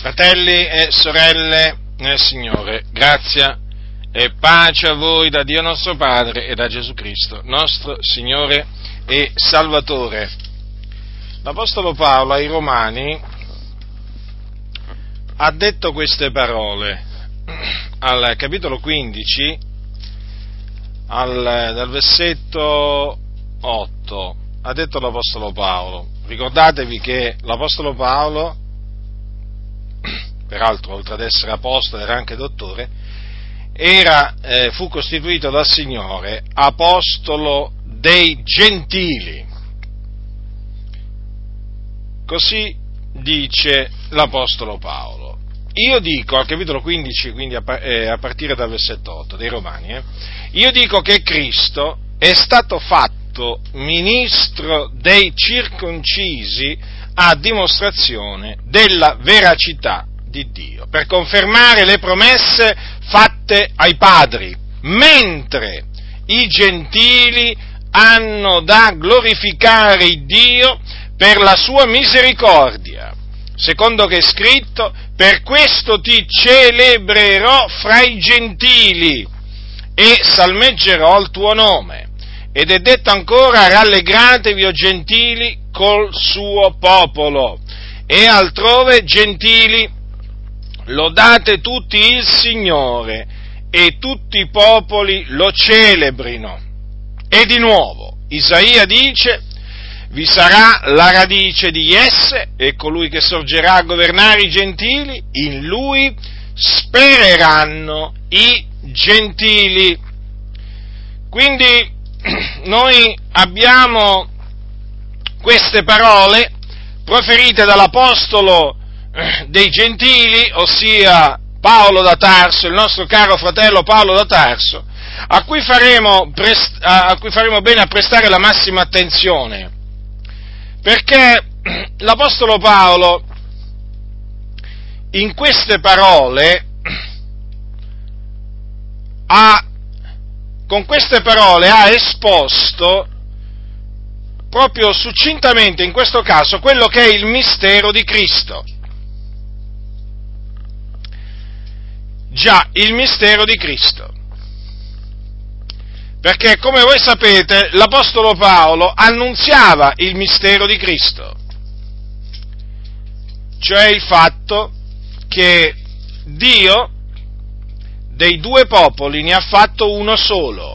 Fratelli e sorelle nel Signore, grazia e pace a voi da Dio nostro Padre e da Gesù Cristo, nostro Signore e Salvatore. L'Apostolo Paolo ai Romani ha detto queste parole al capitolo 15, dal versetto 8, ha detto l'Apostolo Paolo. Ricordatevi che l'Apostolo Paolo, peraltro oltre ad essere apostolo era anche dottore, fu costituito dal Signore apostolo dei gentili. Così dice l'Apostolo Paolo. Io dico, al capitolo 15, quindi a partire dal versetto 8 dei Romani, io dico che Cristo è stato fatto ministro dei circoncisi a dimostrazione della veracità di Dio, per confermare le promesse fatte ai padri, mentre i gentili hanno da glorificare il Dio per la sua misericordia, secondo che è scritto: per questo ti celebrerò fra i gentili e salmeggerò il tuo nome. Ed è detto ancora: rallegratevi, o gentili, col suo popolo. E altrove: gentili, lodate tutti il Signore, e tutti i popoli lo celebrino. E di nuovo Isaia dice: vi sarà la radice di Jesse, e colui che sorgerà a governare i gentili, in lui spereranno i gentili. Quindi noi abbiamo queste parole proferite dall'apostolo dei gentili, ossia Paolo da Tarso, il nostro caro fratello Paolo da Tarso, a cui faremo bene a prestare la massima attenzione, perché l'Apostolo Paolo in queste parole con queste parole ha esposto proprio succintamente, in questo caso, quello che è il mistero di Cristo. Già, il mistero di Cristo. Perché, come voi sapete, l'Apostolo Paolo annunziava il mistero di Cristo, cioè il fatto che Dio dei due popoli ne ha fatto uno solo.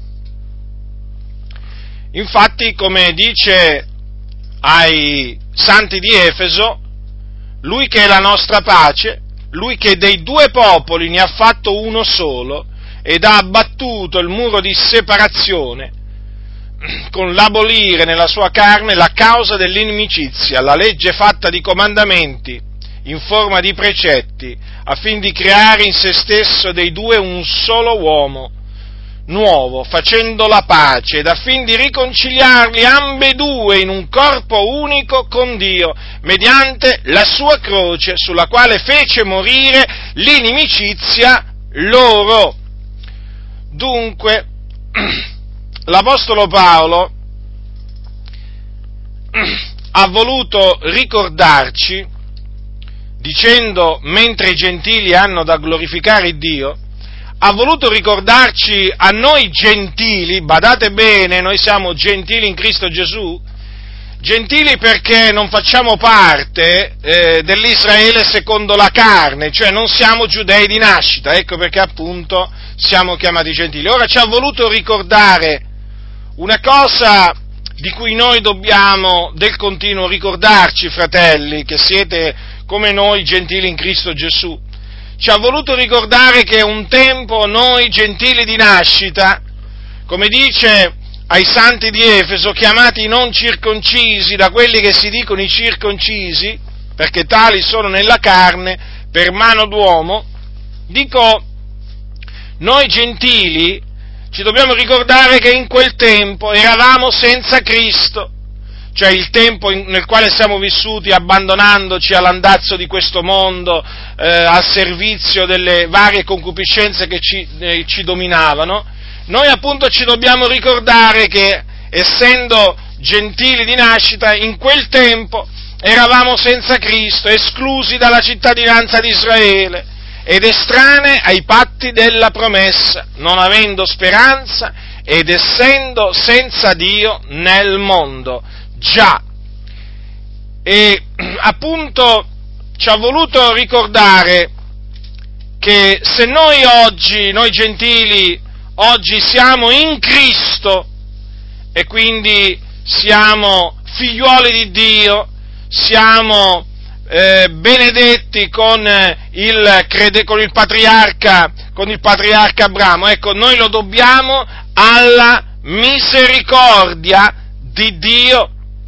Infatti, come dice ai santi di Efeso, lui che è la nostra pace, lui che dei due popoli ne ha fatto uno solo, ed ha abbattuto il muro di separazione con l'abolire nella sua carne la causa dell'inimicizia, la legge fatta di comandamenti in forma di precetti, affin di creare in se stesso dei due un solo uomo nuovo, facendo la pace, ed affin di riconciliarli ambedue in un corpo unico con Dio, mediante la sua croce, sulla quale fece morire l'inimicizia loro. Dunque, l'Apostolo Paolo ha voluto ricordarci, dicendo: mentre i gentili hanno da glorificare Dio, ha voluto ricordarci a noi gentili, badate bene, noi siamo gentili in Cristo Gesù, gentili perché non facciamo parte dell'Israele secondo la carne, cioè non siamo giudei di nascita, ecco perché appunto siamo chiamati gentili. Ora ci ha voluto ricordare una cosa di cui noi dobbiamo del continuo ricordarci, fratelli, che siete come noi gentili in Cristo Gesù. Ci ha voluto ricordare che un tempo noi gentili di nascita, come dice ai santi di Efeso, chiamati non circoncisi da quelli che si dicono i circoncisi, perché tali sono nella carne, per mano d'uomo, dico, noi gentili ci dobbiamo ricordare che in quel tempo eravamo senza Cristo, cioè il tempo nel quale siamo vissuti abbandonandoci all'andazzo di questo mondo, al servizio delle varie concupiscenze che ci dominavano. Noi appunto ci dobbiamo ricordare che, essendo gentili di nascita, in quel tempo eravamo senza Cristo, esclusi dalla cittadinanza di Israele ed estranei ai patti della promessa, non avendo speranza ed essendo senza Dio nel mondo. Già, e appunto ci ha voluto ricordare che se noi oggi, noi gentili, oggi siamo in Cristo e quindi siamo figliuoli di Dio, siamo benedetti con il patriarca Abramo, ecco, noi lo dobbiamo alla misericordia di Dio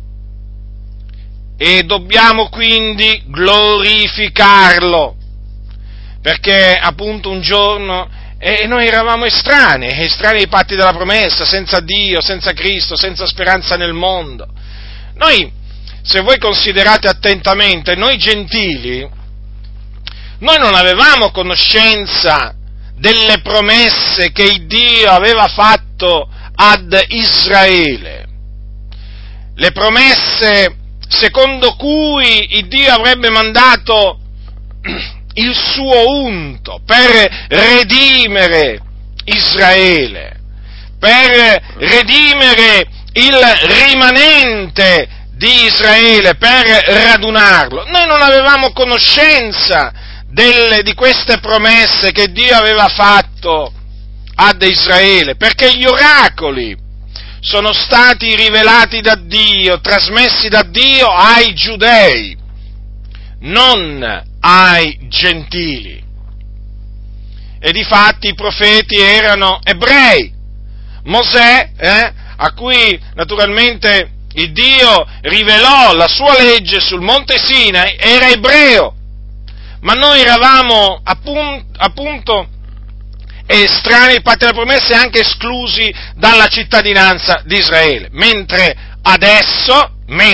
e dobbiamo quindi glorificarlo, perché appunto un giorno noi eravamo estranei ai patti della promessa, senza Dio, senza Cristo, senza speranza nel mondo. Noi, se voi considerate attentamente, noi gentili, noi non avevamo conoscenza delle promesse che Dio aveva fatto ad Israele, le promesse secondo cui Dio avrebbe mandato il suo unto per redimere Israele, per redimere il rimanente di Israele, per radunarlo. Noi non avevamo conoscenza di queste promesse che Dio aveva fatto ad Israele, perché gli oracoli sono stati rivelati da Dio, trasmessi da Dio ai giudei, non ai gentili. E difatti i profeti erano ebrei. Mosè, a cui naturalmente il Dio rivelò la sua legge sul monte Sinai, era ebreo, ma noi eravamo appunto estranei ai patti della promessa e anche esclusi dalla cittadinanza di Israele, mentre adesso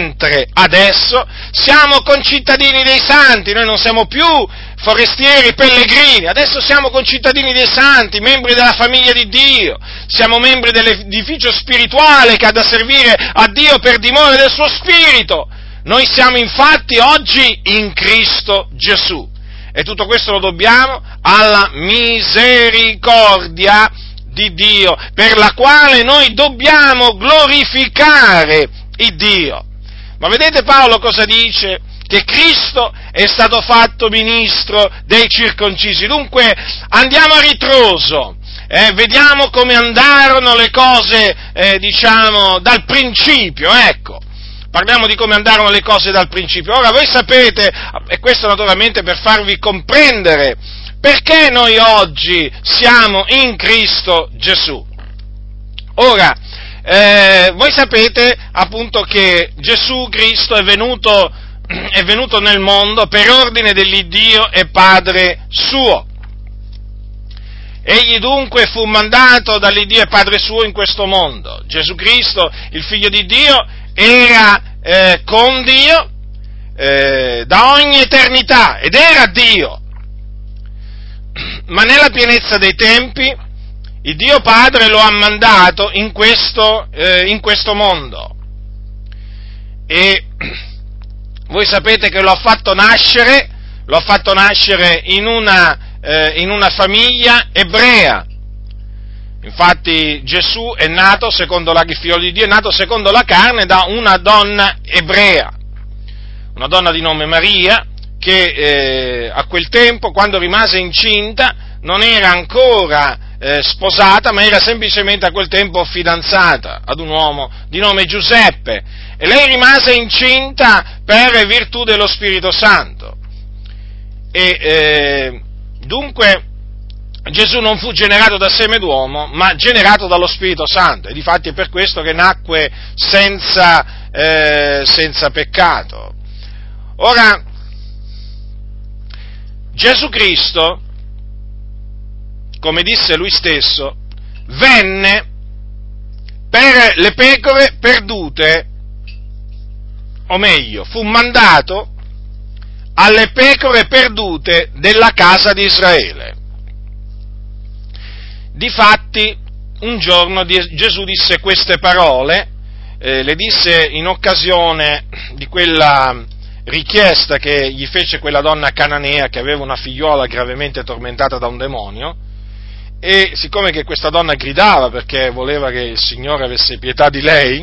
siamo concittadini dei santi, noi non siamo più forestieri pellegrini, adesso siamo concittadini dei santi, membri della famiglia di Dio, siamo membri dell'edificio spirituale che ha da servire a Dio per dimora del suo Spirito. Noi siamo infatti oggi in Cristo Gesù. E tutto questo lo dobbiamo alla misericordia di Dio, per la quale noi dobbiamo glorificare il Dio. Ma vedete Paolo cosa dice? Che Cristo è stato fatto ministro dei circoncisi. Dunque andiamo a ritroso, vediamo come andarono le cose, dal principio, ecco. Parliamo di come andarono le cose dal principio. Ora voi sapete, e questo naturalmente per farvi comprendere, perché noi oggi siamo in Cristo Gesù. Ora, voi sapete appunto che Gesù Cristo è venuto nel mondo per ordine dell'Iddio e Padre suo. Egli dunque fu mandato dall'Iddio e Padre suo in questo mondo. Gesù Cristo, il Figlio di Dio, era con Dio da ogni eternità ed era Dio, ma nella pienezza dei tempi il Dio Padre lo ha mandato in questo mondo e voi sapete che lo ha fatto nascere in una famiglia ebrea. Infatti Gesù è nato il figlio di Dio è nato secondo la carne da una donna ebrea, una donna di nome Maria, che a quel tempo, quando rimase incinta, non era ancora sposata, ma era semplicemente a quel tempo fidanzata ad un uomo di nome Giuseppe, e lei rimase incinta per virtù dello Spirito Santo. E dunque Gesù non fu generato da seme d'uomo, ma generato dallo Spirito Santo, e difatti è per questo che nacque senza peccato. Ora, Gesù Cristo, come disse lui stesso, venne per le pecore perdute, o meglio, fu mandato alle pecore perdute della casa di Israele. Difatti, un giorno Gesù disse queste parole, le disse in occasione di quella richiesta che gli fece quella donna cananea che aveva una figliuola gravemente tormentata da un demonio, e siccome che questa donna gridava perché voleva che il Signore avesse pietà di lei,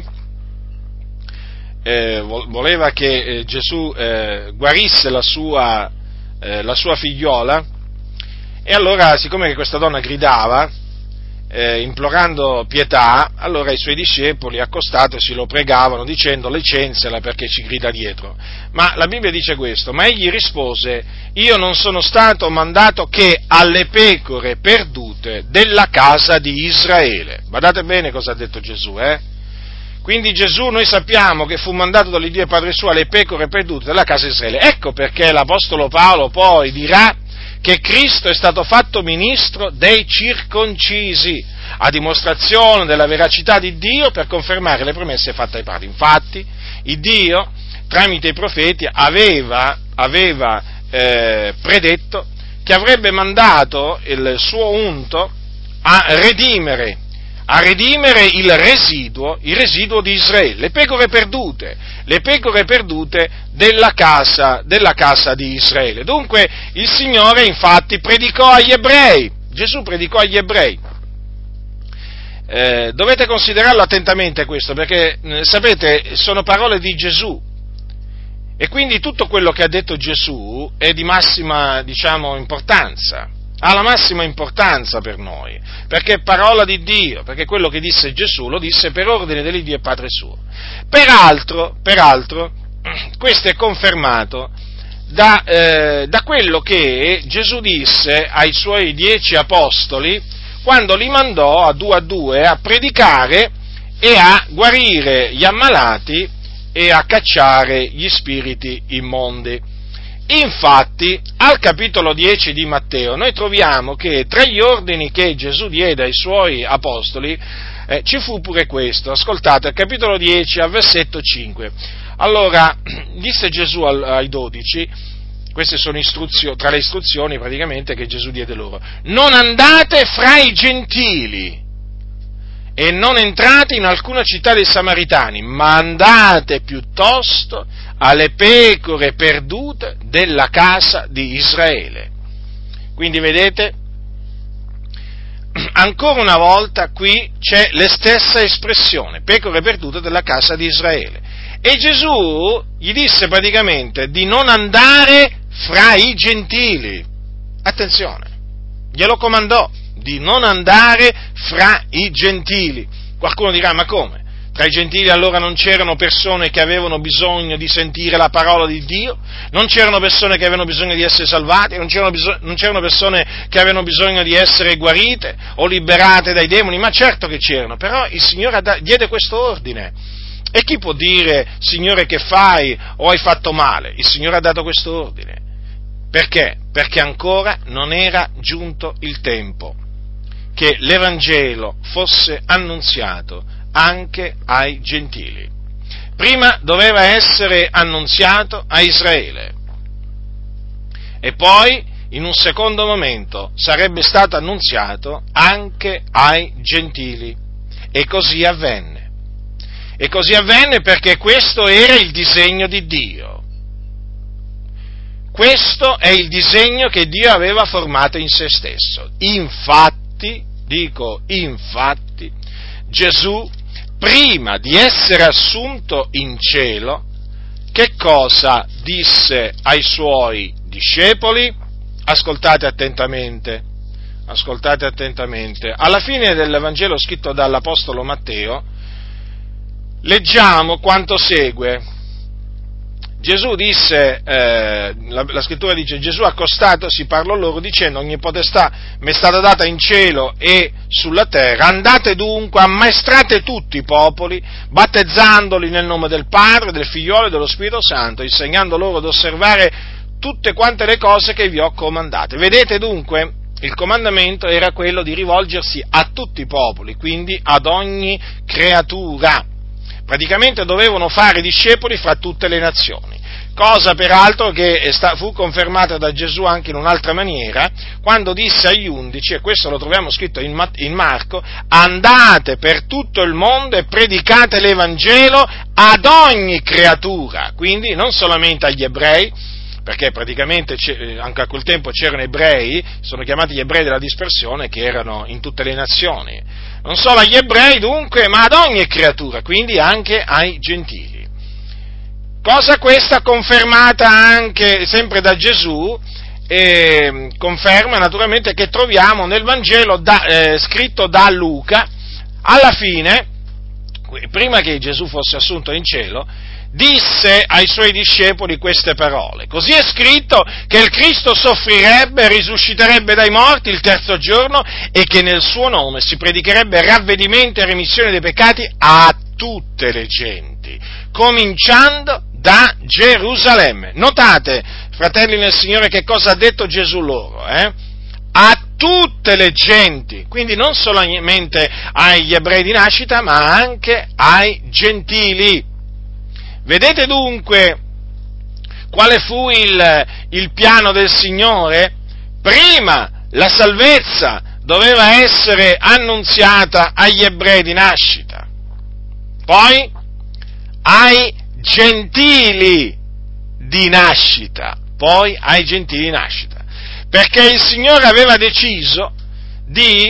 voleva che Gesù guarisse la sua figliuola, e allora siccome che questa donna gridava, implorando pietà, allora i suoi discepoli accostatosi lo pregavano dicendo: licenzia perché ci grida dietro. Ma la Bibbia dice questo: ma egli rispose: io non sono stato mandato che alle pecore perdute della casa di Israele. Badate bene cosa ha detto Gesù, Quindi Gesù, noi sappiamo che fu mandato dall'Iddio Padre suo alle pecore perdute della casa di Israele. Ecco perché l'Apostolo Paolo poi dirà che Cristo è stato fatto ministro dei circoncisi, a dimostrazione della veracità di Dio per confermare le promesse fatte ai padri. Infatti, il Dio, tramite i profeti, aveva predetto che avrebbe mandato il suo unto a redimere il residuo di Israele, le pecore perdute della casa di Israele. Dunque il Signore infatti predicò agli ebrei, Gesù predicò agli ebrei. Dovete considerarlo attentamente questo, perché sapete, sono parole di Gesù, e quindi tutto quello che ha detto Gesù è di massima, importanza. Ha la massima importanza per noi, perché è parola di Dio, perché quello che disse Gesù lo disse per ordine dell'Iddio e Padre suo. Peraltro, questo è confermato da quello che Gesù disse ai suoi 10 apostoli quando li mandò a due a predicare e a guarire gli ammalati e a cacciare gli spiriti immondi. Infatti, al capitolo 10 di Matteo, noi troviamo che tra gli ordini che Gesù diede ai suoi apostoli ci fu pure questo. Ascoltate, al capitolo 10, al versetto 5. Allora, disse Gesù ai 12, queste sono tra le istruzioni praticamente che Gesù diede loro: non andate fra i gentili e non entrate in alcuna città dei Samaritani, ma andate piuttosto alle pecore perdute della casa di Israele. Quindi vedete, ancora una volta qui c'è la stessa espressione, pecore perdute della casa di Israele. E Gesù gli disse praticamente di non andare fra i gentili. Attenzione, glielo comandò di non andare fra i gentili. Qualcuno dirà: ma come? Tra i gentili allora non c'erano persone che avevano bisogno di sentire la parola di Dio? Non c'erano persone che avevano bisogno di essere salvate? Non c'erano persone che avevano bisogno di essere guarite o liberate dai demoni? Ma certo che c'erano, però il Signore diede questo ordine. E chi può dire: Signore, che fai? O hai fatto male? Il Signore ha dato questo ordine. Perché? Perché ancora non era giunto il tempo che l'Evangelo fosse annunziato anche ai gentili. Prima doveva essere annunziato a Israele e poi, in un secondo momento, sarebbe stato annunziato anche ai gentili. E così avvenne. E così avvenne perché questo era il disegno di Dio. Questo è il disegno che Dio aveva formato in se stesso. Infatti, Gesù, prima di essere assunto in cielo, che cosa disse ai suoi discepoli? Ascoltate attentamente. Alla fine del Vangelo scritto dall'Apostolo Matteo, leggiamo quanto segue. Gesù disse, la scrittura dice: Gesù accostatosi parlò loro dicendo: ogni potestà mi è stata data in cielo e sulla terra, andate dunque, ammaestrate tutti i popoli, battezzandoli nel nome del Padre, del Figliolo e dello Spirito Santo, insegnando loro ad osservare tutte quante le cose che vi ho comandate. Vedete dunque, il comandamento era quello di rivolgersi a tutti i popoli, quindi ad ogni creatura. Praticamente dovevano fare discepoli fra tutte le nazioni. cosa peraltro che fu confermata da Gesù anche in un'altra maniera, quando disse agli 11, e questo lo troviamo scritto in Marco: andate per tutto il mondo e predicate l'Evangelo ad ogni creatura, quindi non solamente agli ebrei, perché praticamente anche a quel tempo c'erano ebrei, sono chiamati gli ebrei della dispersione, che erano in tutte le nazioni, non solo agli ebrei dunque, ma ad ogni creatura, quindi anche ai gentili. Cosa questa confermata anche sempre da Gesù, e conferma naturalmente che troviamo nel Vangelo scritto da Luca, alla fine, prima che Gesù fosse assunto in cielo, disse ai suoi discepoli queste parole: così è scritto che il Cristo soffrirebbe, risusciterebbe dai morti il terzo giorno e che nel suo nome si predicherebbe ravvedimento e remissione dei peccati a tutte le genti, cominciando da Gerusalemme. Notate, fratelli nel Signore, che cosa ha detto Gesù loro, a tutte le genti, quindi non solamente agli ebrei di nascita, ma anche ai gentili. Vedete dunque quale fu il piano del Signore? Prima la salvezza doveva essere annunziata agli ebrei di nascita, poi ai gentili di nascita, perché il Signore aveva deciso di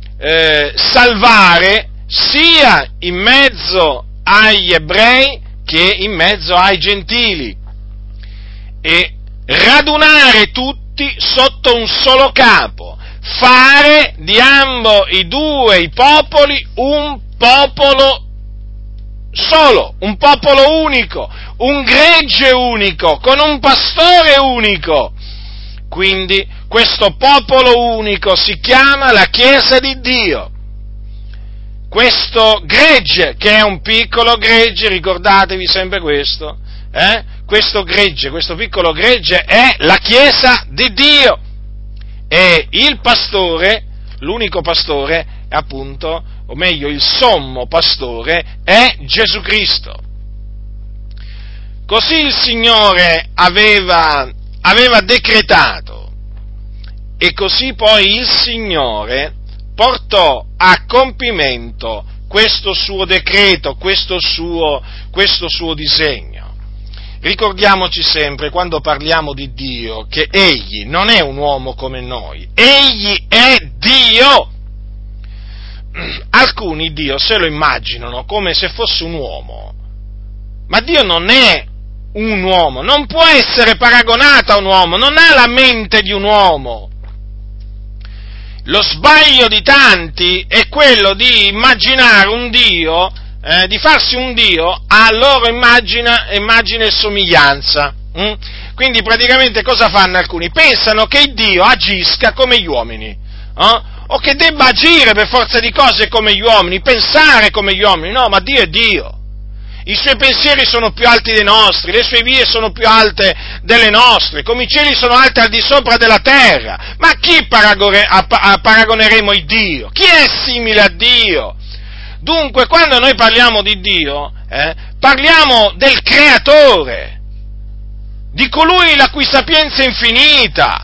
salvare sia in mezzo agli ebrei che in mezzo ai gentili e radunare tutti sotto un solo capo, fare di ambo i popoli un popolo solo, un popolo unico, un gregge unico, con un pastore unico. Quindi questo popolo unico si chiama la Chiesa di Dio. Questo gregge, che è un piccolo gregge, ricordatevi sempre questo, questo piccolo gregge è la Chiesa di Dio. E il pastore, l'unico pastore, è appunto, o meglio il sommo pastore, è Gesù Cristo. Così il Signore aveva decretato, e così poi il Signore portò a compimento questo suo decreto, questo suo disegno. Ricordiamoci sempre, quando parliamo di Dio, che Egli non è un uomo come noi, Egli è Dio. Alcuni Dio se lo immaginano come se fosse un uomo, ma Dio non è un uomo, non può essere paragonato a un uomo, non ha la mente di un uomo. Lo sbaglio di tanti è quello di immaginare un Dio, di farsi un Dio a loro immagine e somiglianza. Quindi praticamente cosa fanno alcuni? Pensano che Dio agisca come gli uomini, o che debba agire per forza di cose come gli uomini, pensare come gli uomini. No, ma Dio è Dio. I suoi pensieri sono più alti dei nostri, le sue vie sono più alte delle nostre, come i cieli sono alti al di sopra della terra. Ma chi paragoneremo il Dio? Chi è simile a Dio? Dunque, quando noi parliamo di Dio, parliamo del Creatore, di colui la cui sapienza è infinita,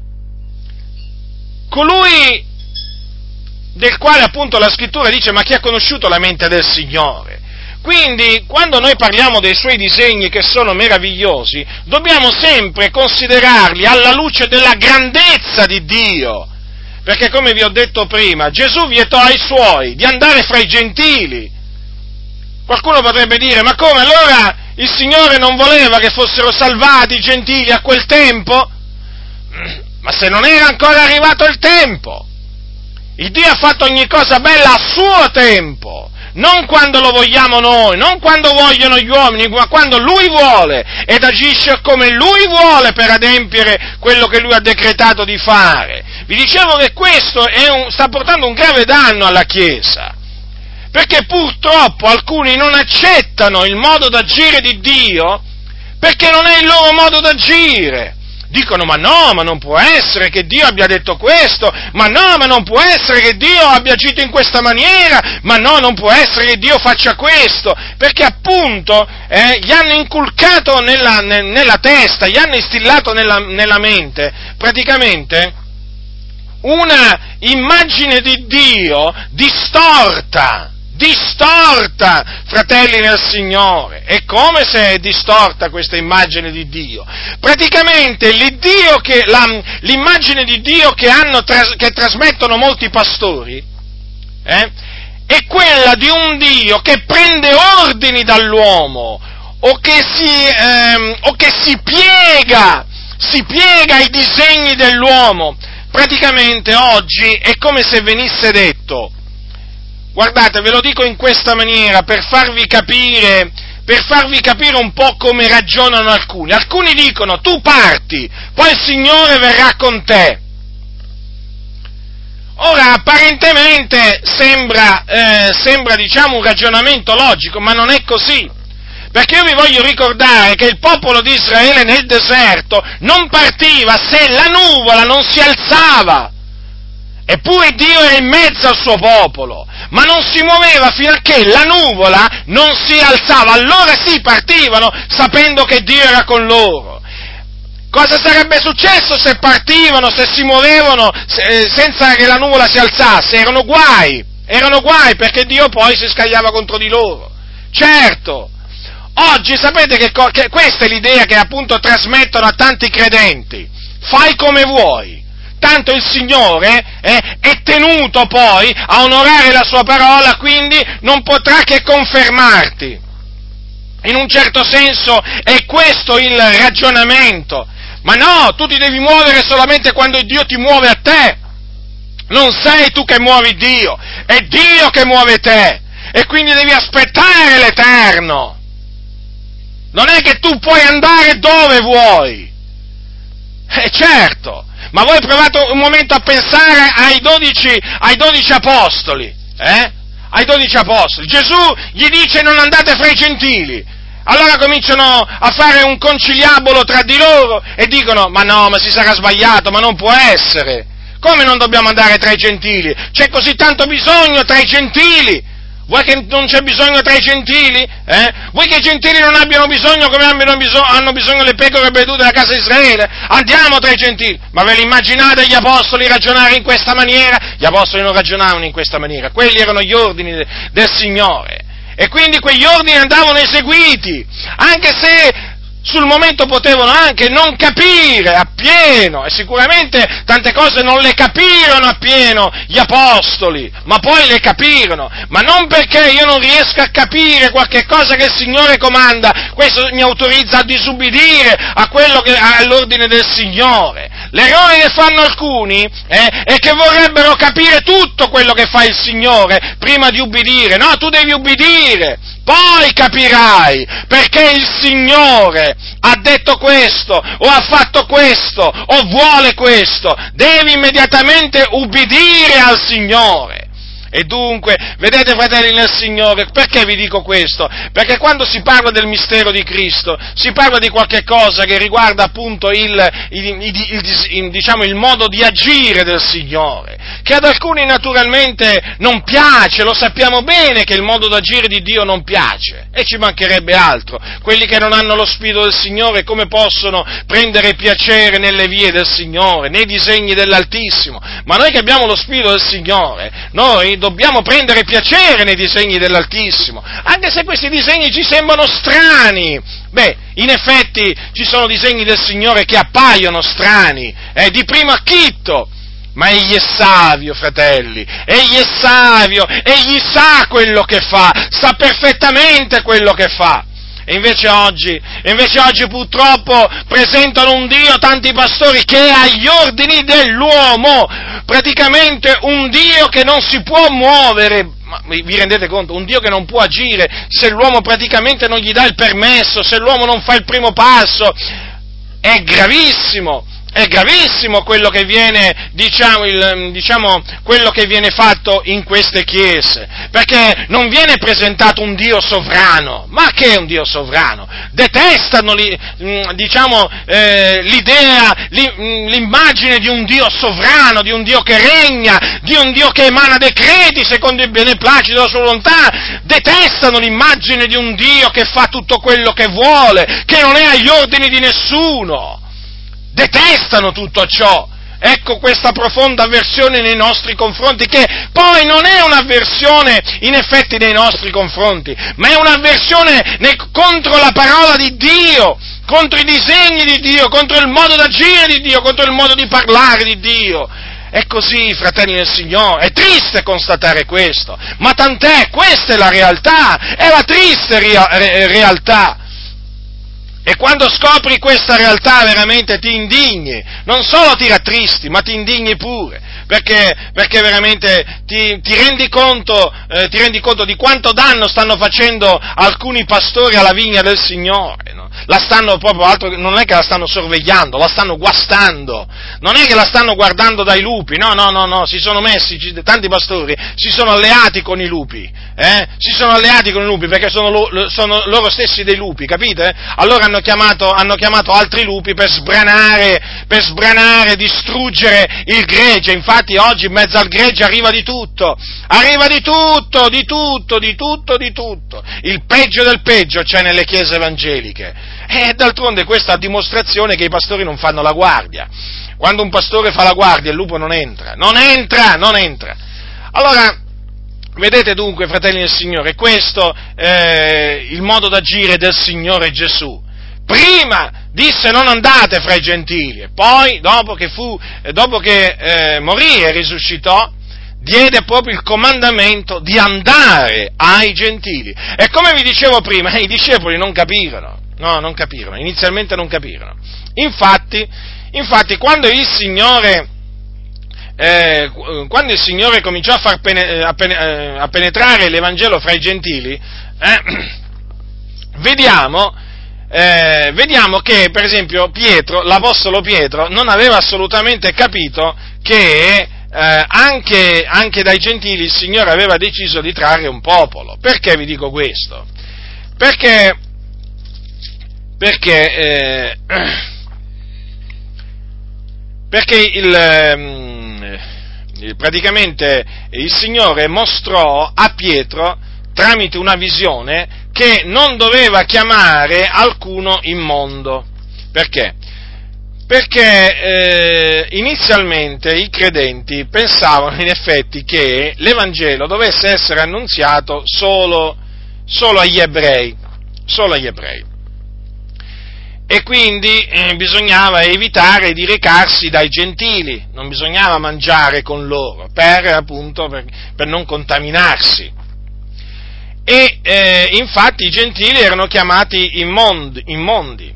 colui del quale appunto la Scrittura dice: ma chi ha conosciuto la mente del Signore? Quindi, quando noi parliamo dei suoi disegni che sono meravigliosi, dobbiamo sempre considerarli alla luce della grandezza di Dio, perché come vi ho detto prima, Gesù vietò ai suoi di andare fra i gentili. Qualcuno potrebbe dire: ma come, allora il Signore non voleva che fossero salvati i gentili a quel tempo? Ma se non era ancora arrivato il tempo, il Dio ha fatto ogni cosa bella a suo tempo, non quando lo vogliamo noi, non quando vogliono gli uomini, ma quando Lui vuole, ed agisce come Lui vuole per adempiere quello che Lui ha decretato di fare. Vi dicevo che questo sta portando un grave danno alla Chiesa, perché purtroppo alcuni non accettano il modo d'agire di Dio, perché non è il loro modo d'agire. dicono: ma no, ma non può essere che Dio abbia detto questo, ma no, ma non può essere che Dio abbia agito in questa maniera, ma no, non può essere che Dio faccia questo, perché appunto gli hanno inculcato nella testa, gli hanno instillato nella mente, praticamente, una immagine di Dio distorta, fratelli nel Signore. E come se è distorta questa immagine di Dio? Praticamente l'immagine di Dio che trasmettono molti pastori, è quella di un Dio che prende ordini dall'uomo, o che si piega ai disegni dell'uomo. Praticamente oggi è come se venisse detto, guardate, ve lo dico in questa maniera per farvi capire un po' come ragionano alcuni. Alcuni dicono: tu parti, poi il Signore verrà con te. Ora, apparentemente sembra diciamo un ragionamento logico, ma non è così. Perché io vi voglio ricordare che il popolo di Israele nel deserto non partiva se la nuvola non si alzava. Eppure Dio era in mezzo al suo popolo, ma non si muoveva fino a che la nuvola non si alzava. Allora sì, partivano sapendo che Dio era con loro. Cosa sarebbe successo se partivano, se si muovevano senza che la nuvola si alzasse? Erano guai, perché Dio poi si scagliava contro di loro. Certo. Oggi sapete che questa è l'idea che appunto trasmettono a tanti credenti: fai come vuoi, tanto il Signore è tenuto poi a onorare la sua parola, quindi non potrà che confermarti. In un certo senso è questo il ragionamento, ma no, tu ti devi muovere solamente quando Dio ti muove a te, non sei tu che muovi Dio, è Dio che muove te, e quindi devi aspettare l'Eterno. Non è che tu puoi andare dove vuoi. Certo, ma voi provate un momento a pensare ai 12 apostoli, ai 12 apostoli. Gesù gli dice: non andate fra i gentili. Allora cominciano a fare un conciliabolo tra di loro e dicono: ma no, ma si sarà sbagliato, ma non può essere. Come non dobbiamo andare tra i gentili? C'è così tanto bisogno tra i gentili. Vuoi che non c'è bisogno tra i gentili? Vuoi che i gentili non abbiano bisogno come hanno bisogno le pecore perdute della casa di Israele? Andiamo tra i gentili! Ma ve li immaginate gli apostoli ragionare in questa maniera? Gli apostoli non ragionavano in questa maniera, quelli erano gli ordini del Signore. E quindi quegli ordini andavano eseguiti, anche se sul momento potevano anche non capire appieno, e sicuramente tante cose non le capirono appieno gli apostoli, ma poi le capirono, ma non perché io non riesca a capire qualche cosa che il Signore comanda, questo mi autorizza a disubbidire all'ordine del Signore. L'errore che fanno alcuni è che vorrebbero capire tutto quello che fa il Signore prima di ubbidire. No, tu devi ubbidire, poi capirai perché il Signore ha detto questo, o ha fatto questo, o vuole questo. Devi immediatamente ubbidire al Signore. E dunque, vedete, fratelli nel Signore, perché vi dico questo? Perché quando si parla del mistero di Cristo, si parla di qualche cosa che riguarda appunto il modo di agire del Signore, che ad alcuni naturalmente non piace, lo sappiamo bene che il modo d'agire di Dio non piace, e ci mancherebbe altro. Quelli che non hanno lo Spirito del Signore come possono prendere piacere nelle vie del Signore, nei disegni dell'Altissimo? Ma noi che abbiamo lo Spirito del Signore, noi dobbiamo prendere piacere nei disegni dell'Altissimo, anche se questi disegni ci sembrano strani. Beh, in effetti ci sono disegni del Signore che appaiono strani, di primo acchitto, ma egli è savio, fratelli, egli è savio, egli sa quello che fa, sa perfettamente quello che fa. E invece oggi purtroppo presentano un Dio, tanti pastori, che è agli ordini dell'uomo, praticamente un Dio che non si può muovere, ma vi rendete conto? Un Dio che non può agire se l'uomo praticamente non gli dà il permesso, se l'uomo non fa il primo passo. È gravissimo, È gravissimo quello che viene, quello che viene fatto in queste chiese, perché non viene presentato un Dio sovrano. Ma che è un Dio sovrano? Detestano l'idea, l'immagine di un Dio sovrano, di un Dio che regna, di un Dio che emana decreti secondo il beneplacito della sua volontà. Detestano l'immagine di un Dio che fa tutto quello che vuole, che non è agli ordini di nessuno. Detestano tutto ciò. Ecco questa profonda avversione nei nostri confronti, che poi non è un'avversione in effetti nei nostri confronti, ma è un'avversione contro la parola di Dio, contro i disegni di Dio, contro il modo d'agire di Dio, contro il modo di parlare di Dio. È così, fratelli del Signore, è triste constatare questo, ma tant'è, questa è la realtà, è la triste realtà. E quando scopri questa realtà veramente ti indigni, non solo ti rattristi, ma ti indigni pure, perché veramente ti rendi conto di quanto danno stanno facendo alcuni pastori alla vigna del Signore, no? La stanno proprio, non è che la stanno sorvegliando, la stanno guastando, non è che la stanno guardando dai lupi, no, si sono messi, tanti pastori si sono alleati con i lupi, si sono alleati con i lupi perché sono loro stessi dei lupi, capite? Allora hanno chiamato altri lupi per sbranare, distruggere il gregge. Infatti oggi in mezzo al gregge arriva di tutto. Il peggio del peggio c'è nelle chiese evangeliche. E d'altronde questa è a dimostrazione che i pastori non fanno la guardia. Quando un pastore fa la guardia il lupo non entra. Allora, vedete dunque, fratelli del Signore, questo è il modo d'agire del Signore Gesù. Prima disse non andate fra i gentili, e poi, dopo che morì e risuscitò, diede proprio il comandamento di andare ai gentili. E come vi dicevo prima, i discepoli non capirono, inizialmente non capirono. Infatti, quando il Signore cominciò a penetrare l'Evangelo fra i gentili, vediamo che, per esempio, l'Apostolo Pietro, non aveva assolutamente capito che anche dai gentili il Signore aveva deciso di trarre un popolo. Perché vi dico questo? Perché praticamente il Signore mostrò a Pietro, tramite una visione, che non doveva chiamare alcuno immondo. Perché? Perché inizialmente i credenti pensavano in effetti che l'Evangelo dovesse essere annunziato solo agli ebrei. E quindi bisognava evitare di recarsi dai gentili, non bisognava mangiare con loro, per non contaminarsi. E infatti i gentili erano chiamati immondi.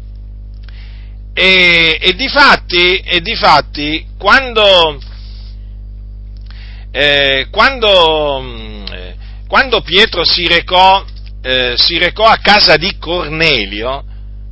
E difatti quando Pietro si recò a casa di Cornelio,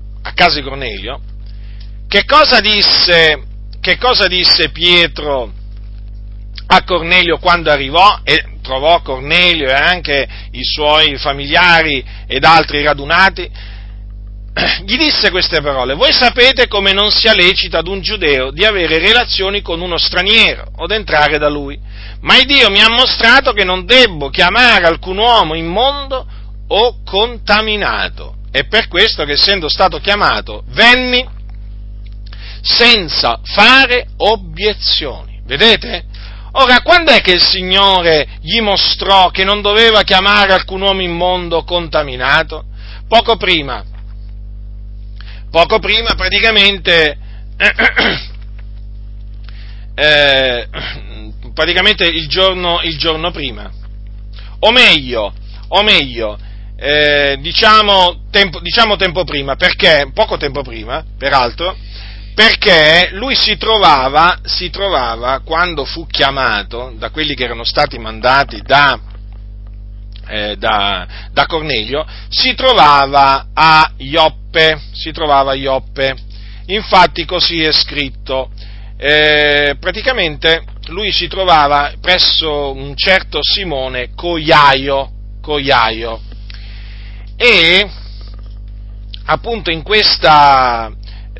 che cosa disse Pietro a Cornelio quando arrivò e trovò Cornelio e anche i suoi familiari ed altri radunati? Gli disse queste parole: voi sapete come non sia lecito ad un giudeo di avere relazioni con uno straniero o d'entrare da lui, ma il Dio mi ha mostrato che non debbo chiamare alcun uomo immondo o contaminato. È per questo che, essendo stato chiamato, venni senza fare obiezioni. Vedete? Ora, quando è che il Signore gli mostrò che non doveva chiamare alcun uomo immondo o contaminato? Poco prima praticamente il giorno prima, o meglio, diciamo tempo prima, perché, poco tempo prima, peraltro, perché lui si trovava, quando fu chiamato da quelli che erano stati mandati da Cornelio, si trovava a Ioppe. infatti così è scritto. Praticamente lui si trovava presso un certo Simone Cogliaio, e appunto in questa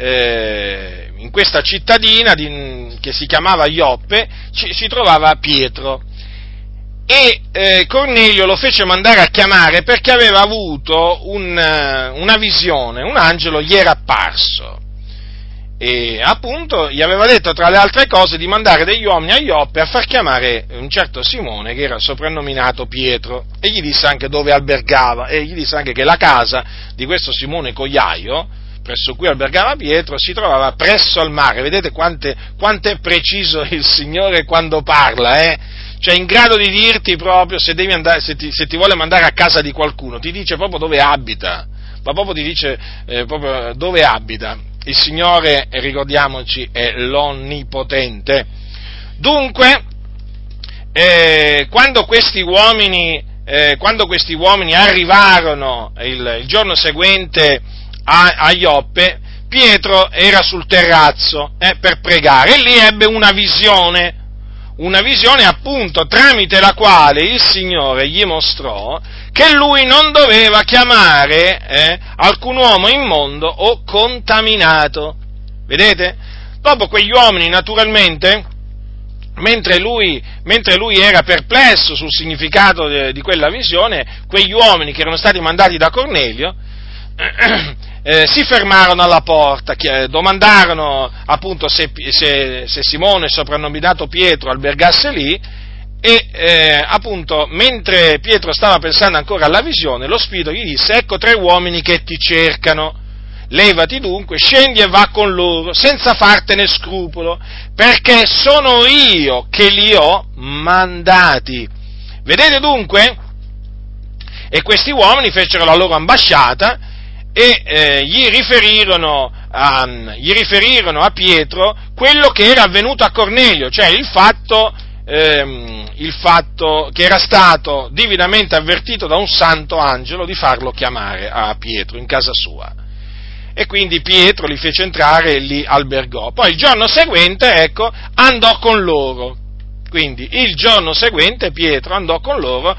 cittadina che si chiamava Ioppe si trovava Pietro, e Cornelio lo fece mandare a chiamare perché aveva avuto una visione, un angelo gli era apparso. E appunto gli aveva detto, tra le altre cose, di mandare degli uomini a Ioppe a far chiamare un certo Simone che era soprannominato Pietro, e gli disse anche dove albergava, e gli disse anche che la casa di questo Simone Cogliaio, presso cui albergava Pietro, si trovava presso al mare. Vedete quanto è preciso il Signore quando parla, Cioè, in grado di dirti proprio se ti vuole mandare a casa di qualcuno, ti dice proprio dove abita, ma proprio ti dice proprio dove abita. Il Signore, ricordiamoci, è l'Onnipotente. Dunque, quando questi uomini arrivarono il giorno seguente a Ioppe, Pietro era sul terrazzo per pregare, e lì ebbe una visione appunto tramite la quale il Signore gli mostrò che lui non doveva chiamare alcun uomo immondo o contaminato. Vedete? Dopo quegli uomini, naturalmente, mentre lui era perplesso sul significato di quella visione, quegli uomini che erano stati mandati da Cornelio si fermarono alla porta, domandarono appunto se Simone, soprannominato Pietro, albergasse lì, e appunto mentre Pietro stava pensando ancora alla visione, lo Spirito gli disse: ecco 3 uomini che ti cercano, levati dunque, scendi e va con loro, senza fartene scrupolo, perché sono io che li ho mandati. Vedete dunque? E questi uomini fecero la loro ambasciata e gli riferirono a Pietro quello che era avvenuto a Cornelio, cioè il fatto che era stato divinamente avvertito da un santo angelo di farlo chiamare a Pietro in casa sua. E quindi Pietro li fece entrare e li albergò. Poi il giorno seguente, andò con loro. Quindi il giorno seguente Pietro andò con loro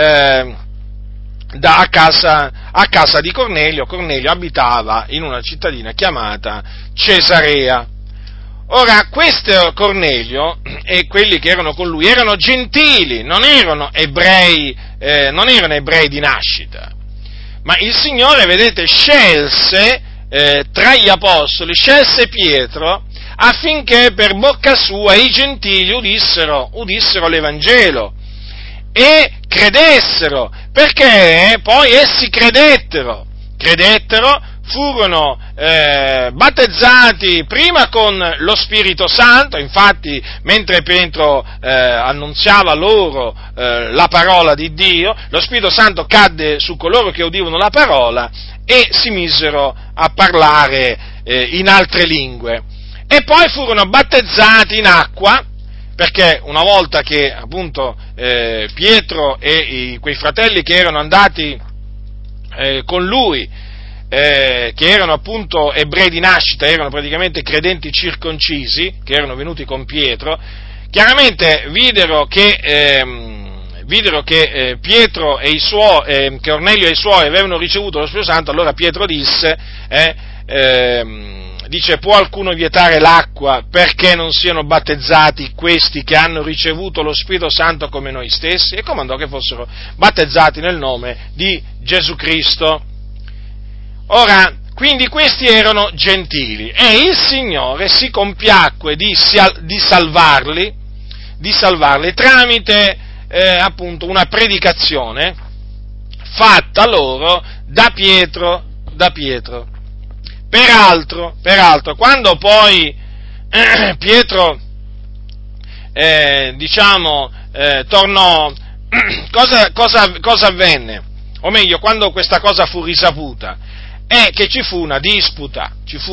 a casa di Cornelio. Cornelio abitava in una cittadina chiamata Cesarea. Ora, questo Cornelio e quelli che erano con lui erano gentili, non erano ebrei di nascita, ma il Signore, vedete, scelse tra gli apostoli, scelse Pietro affinché per bocca sua i gentili udissero l'Evangelo e credessero, perché poi essi credettero, furono battezzati prima con lo Spirito Santo. Infatti, mentre Pietro annunziava loro la parola di Dio, lo Spirito Santo cadde su coloro che udivano la parola e si misero a parlare in altre lingue. E poi furono battezzati in acqua, perché una volta che appunto Pietro e quei fratelli che erano andati con lui, che erano appunto ebrei di nascita, erano praticamente credenti circoncisi, che erano venuti con Pietro, chiaramente videro che Pietro e che Cornelio e i suoi avevano ricevuto lo Spirito Santo. Allora Pietro dice, può qualcuno vietare l'acqua perché non siano battezzati questi che hanno ricevuto lo Spirito Santo come noi stessi? E comandò che fossero battezzati nel nome di Gesù Cristo. Ora, quindi questi erano gentili e il Signore si compiacque di salvarli tramite appunto una predicazione fatta loro da Pietro. Peraltro, quando poi Pietro tornò, cosa avvenne? O meglio, quando questa cosa fu risaputa, è che ci fu una disputa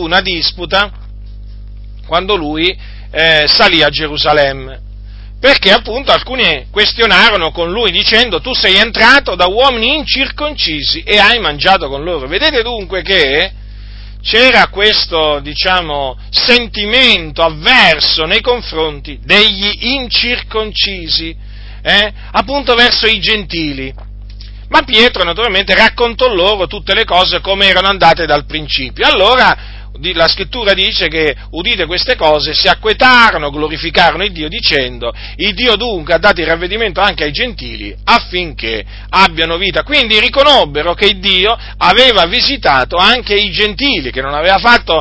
quando lui salì a Gerusalemme, perché appunto alcuni questionarono con lui dicendo: tu sei entrato da uomini incirconcisi e hai mangiato con loro. Vedete dunque che c'era questo, sentimento avverso nei confronti degli incirconcisi, appunto verso i gentili. Ma Pietro naturalmente raccontò loro tutte le cose come erano andate dal principio. Allora la scrittura dice che, udite queste cose, si acquetarono, glorificarono il Dio dicendo: il Dio dunque ha dato il ravvedimento anche ai gentili affinché abbiano vita. Quindi riconobbero che il Dio aveva visitato anche i gentili, che non aveva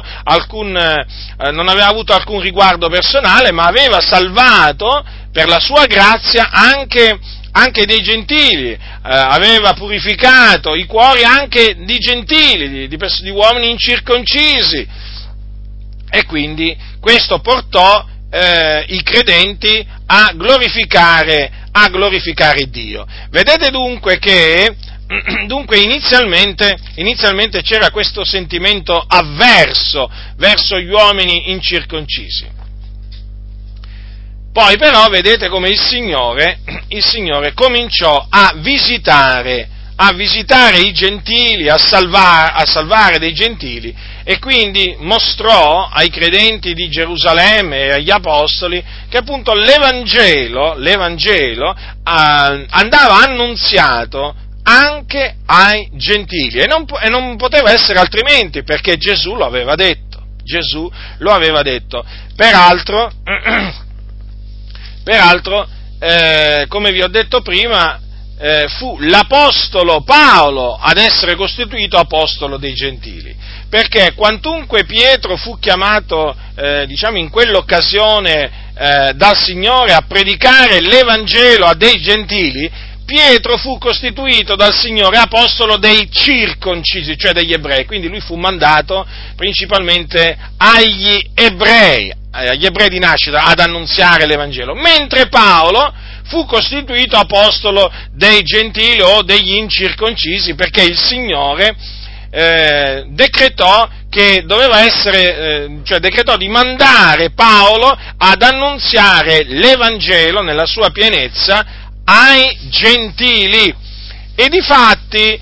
avuto alcun riguardo personale, ma aveva salvato per la sua grazia anche dei gentili, aveva purificato i cuori anche di gentili, di uomini incirconcisi, e quindi questo portò i credenti a glorificare Dio. Vedete dunque che inizialmente c'era questo sentimento avverso verso gli uomini incirconcisi. Poi però vedete come il Signore cominciò a visitare i gentili, a salvare dei gentili, e quindi mostrò ai credenti di Gerusalemme e agli apostoli che appunto l'Evangelo andava annunziato anche ai gentili, e non poteva essere altrimenti, perché Gesù lo aveva detto. Peraltro, come vi ho detto prima, fu l'apostolo Paolo ad essere costituito apostolo dei gentili, perché quantunque Pietro fu chiamato, in quell'occasione dal Signore a predicare l'Evangelo a dei gentili, Pietro fu costituito dal Signore apostolo dei circoncisi, cioè degli ebrei, quindi lui fu mandato principalmente agli ebrei di nascita ad annunziare l'Evangelo, mentre Paolo fu costituito apostolo dei gentili o degli incirconcisi, perché il Signore decretò di mandare Paolo ad annunziare l'Evangelo nella sua pienezza ai gentili. E difatti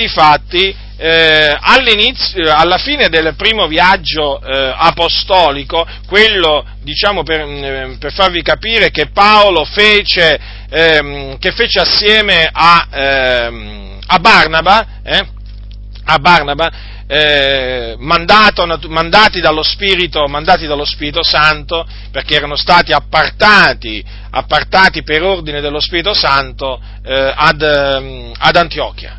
alla fine del primo viaggio apostolico, quello per farvi capire che Paolo fece assieme a Barnaba, mandati dallo Spirito Santo, perché erano stati appartati per ordine dello Spirito Santo ad Antiochia.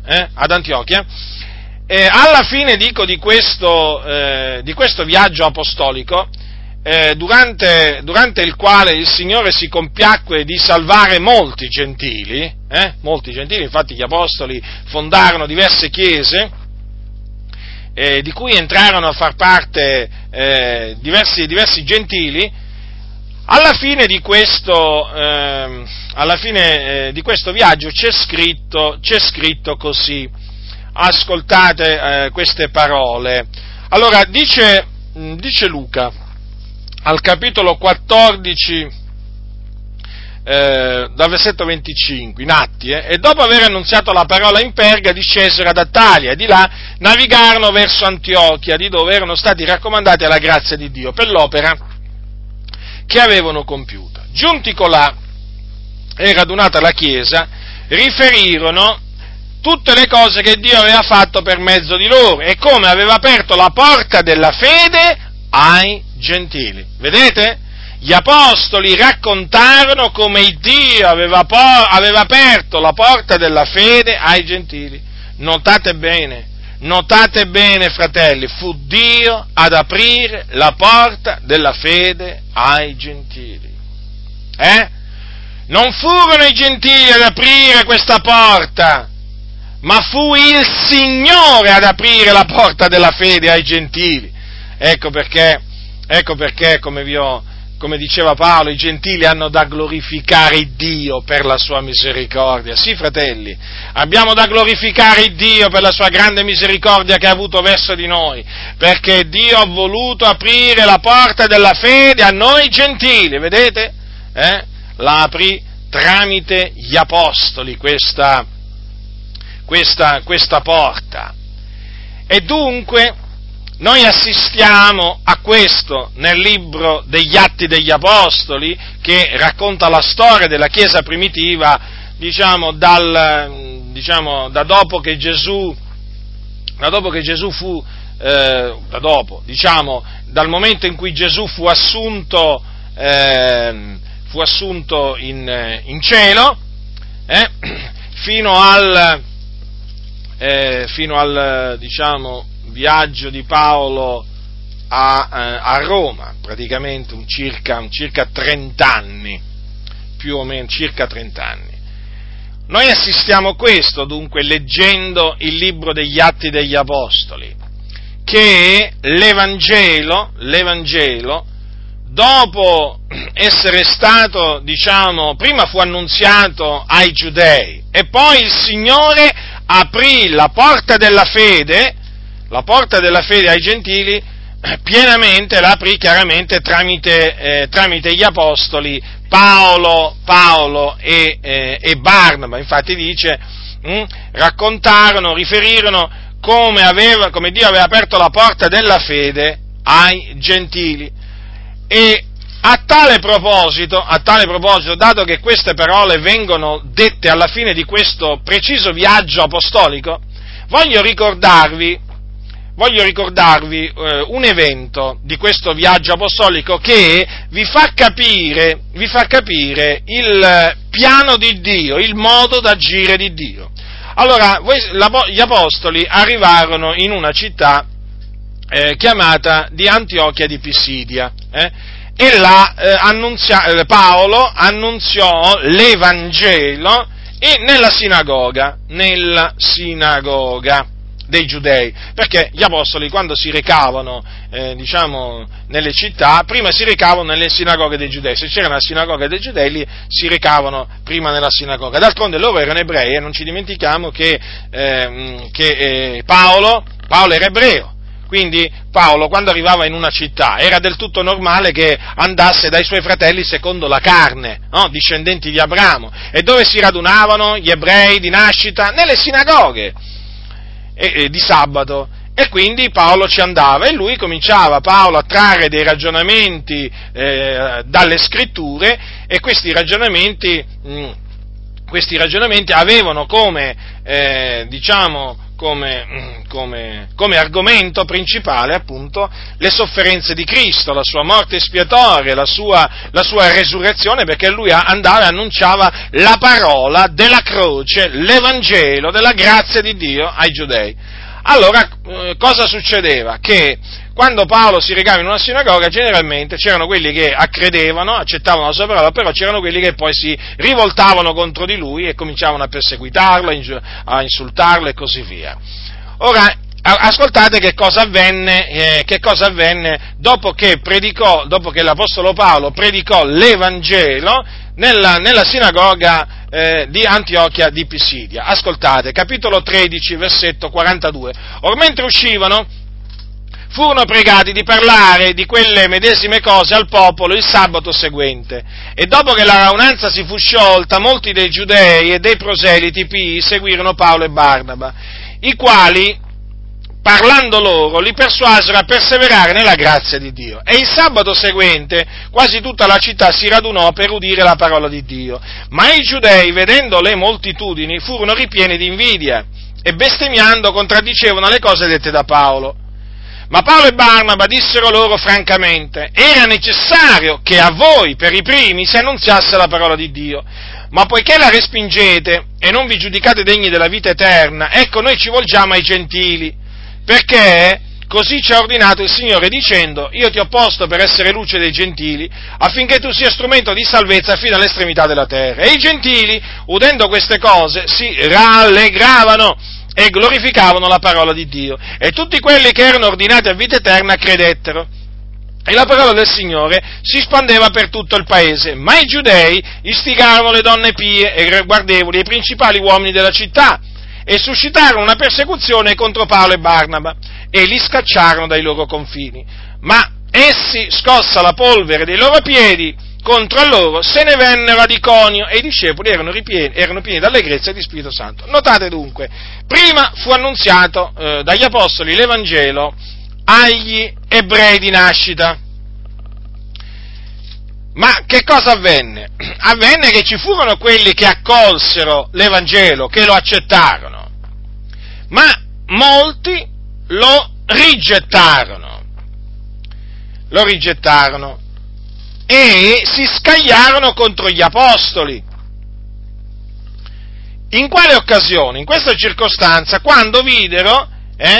Alla fine di questo viaggio apostolico, durante il quale il Signore si compiacque di salvare molti gentili, infatti gli apostoli fondarono diverse chiese, di cui entrarono a far parte diversi gentili. Alla fine di questo viaggio c'è scritto così. Ascoltate queste parole. Allora dice Luca al capitolo 14, dal versetto 25, in Atti, e dopo aver annunziato la parola in Perga discesero ad Attalia, e di là navigarono verso Antiochia, di dove erano stati raccomandati alla grazia di Dio per l'opera che avevano compiuta. Giunti colà e radunata la Chiesa, riferirono tutte le cose che Dio aveva fatto per mezzo di loro e come aveva aperto la porta della fede ai gentili. Vedete? Gli apostoli raccontarono come Dio aveva aperto la porta della fede ai gentili. Notate bene, fratelli, fu Dio ad aprire la porta della fede ai gentili. Non furono i gentili ad aprire questa porta, ma fu il Signore ad aprire la porta della fede ai gentili. Ecco perché, come diceva Paolo, i gentili hanno da glorificare Dio per la sua misericordia. Sì, fratelli, abbiamo da glorificare Dio per la sua grande misericordia che ha avuto verso di noi, perché Dio ha voluto aprire la porta della fede a noi gentili, vedete? La aprì tramite gli apostoli questa porta. E dunque Noi assistiamo a questo nel libro degli Atti degli Apostoli, che racconta la storia della Chiesa primitiva, da dopo che Gesù fu, dal momento in cui Gesù fu assunto in cielo, fino al viaggio di Paolo a Roma, praticamente circa 30 anni, più o meno circa 30 anni. Noi assistiamo a questo, dunque, leggendo il libro degli Atti degli Apostoli, che l'Evangelo, dopo essere stato, prima fu annunziato ai giudei, e poi il Signore aprì la porta della fede ai gentili, pienamente la aprì chiaramente tramite gli apostoli Paolo e Barnaba. Infatti dice, riferirono come Dio aveva aperto la porta della fede ai gentili. E a tale proposito, dato che queste parole vengono dette alla fine di questo preciso viaggio apostolico, voglio ricordarvi un evento di questo viaggio apostolico che vi fa capire il piano di Dio, il modo d'agire di Dio. Allora, gli apostoli arrivarono in una città chiamata di Antiochia di Pisidia, e là Paolo annunziò l'Evangelo nella sinagoga dei giudei, perché gli apostoli, quando si recavano nelle città, prima si recavano nelle sinagoghe dei giudei. Se c'era una sinagoga dei giudei, lì si recavano prima nella sinagoga. D'altronde loro erano ebrei, e non ci dimentichiamo che Paolo era ebreo. Quindi Paolo, quando arrivava in una città, era del tutto normale che andasse dai suoi fratelli secondo la carne, no? Discendenti di Abramo. E dove si radunavano gli ebrei di nascita? Nelle sinagoghe di sabato. E quindi Paolo ci andava, e lui cominciava, Paolo, a trarre dei ragionamenti dalle scritture, e questi ragionamenti avevano come argomento principale, appunto, le sofferenze di Cristo, la sua morte espiatoria, la sua resurrezione, perché lui andava e annunciava la parola della croce, l'Evangelo della grazia di Dio ai giudei. Allora, cosa succedeva? Che quando Paolo si recava in una sinagoga, generalmente c'erano quelli che accredevano, accettavano la sua parola, però c'erano quelli che poi si rivoltavano contro di lui e cominciavano a perseguitarlo, a insultarlo e così via. Ora, ascoltate che cosa avvenne dopo che l'Apostolo Paolo predicò l'Evangelo nella sinagoga di Antiochia di Pisidia. Ascoltate, capitolo 13, versetto 42. Or mentre uscivano, furono pregati di parlare di quelle medesime cose al popolo il sabato seguente, e dopo che la raunanza si fu sciolta, molti dei giudei e dei proseliti pii seguirono Paolo e Barnaba, i quali, parlando loro, li persuasero a perseverare nella grazia di Dio. E il sabato seguente quasi tutta la città si radunò per udire la parola di Dio, ma i giudei, vedendo le moltitudini, furono ripieni di invidia e bestemmiando contraddicevano le cose dette da Paolo. Ma Paolo e Barnaba dissero loro francamente: era necessario che a voi per i primi si annunziasse la parola di Dio, ma poiché la respingete e non vi giudicate degni della vita eterna, ecco noi ci volgiamo ai gentili, perché così ci ha ordinato il Signore, dicendo: io ti ho posto per essere luce dei gentili, affinché tu sia strumento di salvezza fino all'estremità della terra. E i gentili, udendo queste cose, si rallegravano e glorificavano la parola di Dio, e tutti quelli che erano ordinati a vita eterna credettero. E la parola del Signore si spandeva per tutto il paese, ma i giudei istigarono le donne pie e guardevoli e i principali uomini della città, e suscitarono una persecuzione contro Paolo e Barnaba, e li scacciarono dai loro confini. Ma essi, scossa la polvere dei loro piedi contro loro, se ne vennero ad Iconio, e i discepoli erano pieni d'allegrezza e di Spirito Santo. Notate dunque, prima fu annunziato dagli apostoli l'Evangelo agli ebrei di nascita. Ma che cosa avvenne? Avvenne che ci furono quelli che accolsero l'Evangelo, che lo accettarono, ma molti lo rigettarono e si scagliarono contro gli apostoli. In quale occasione? In questa circostanza, quando videro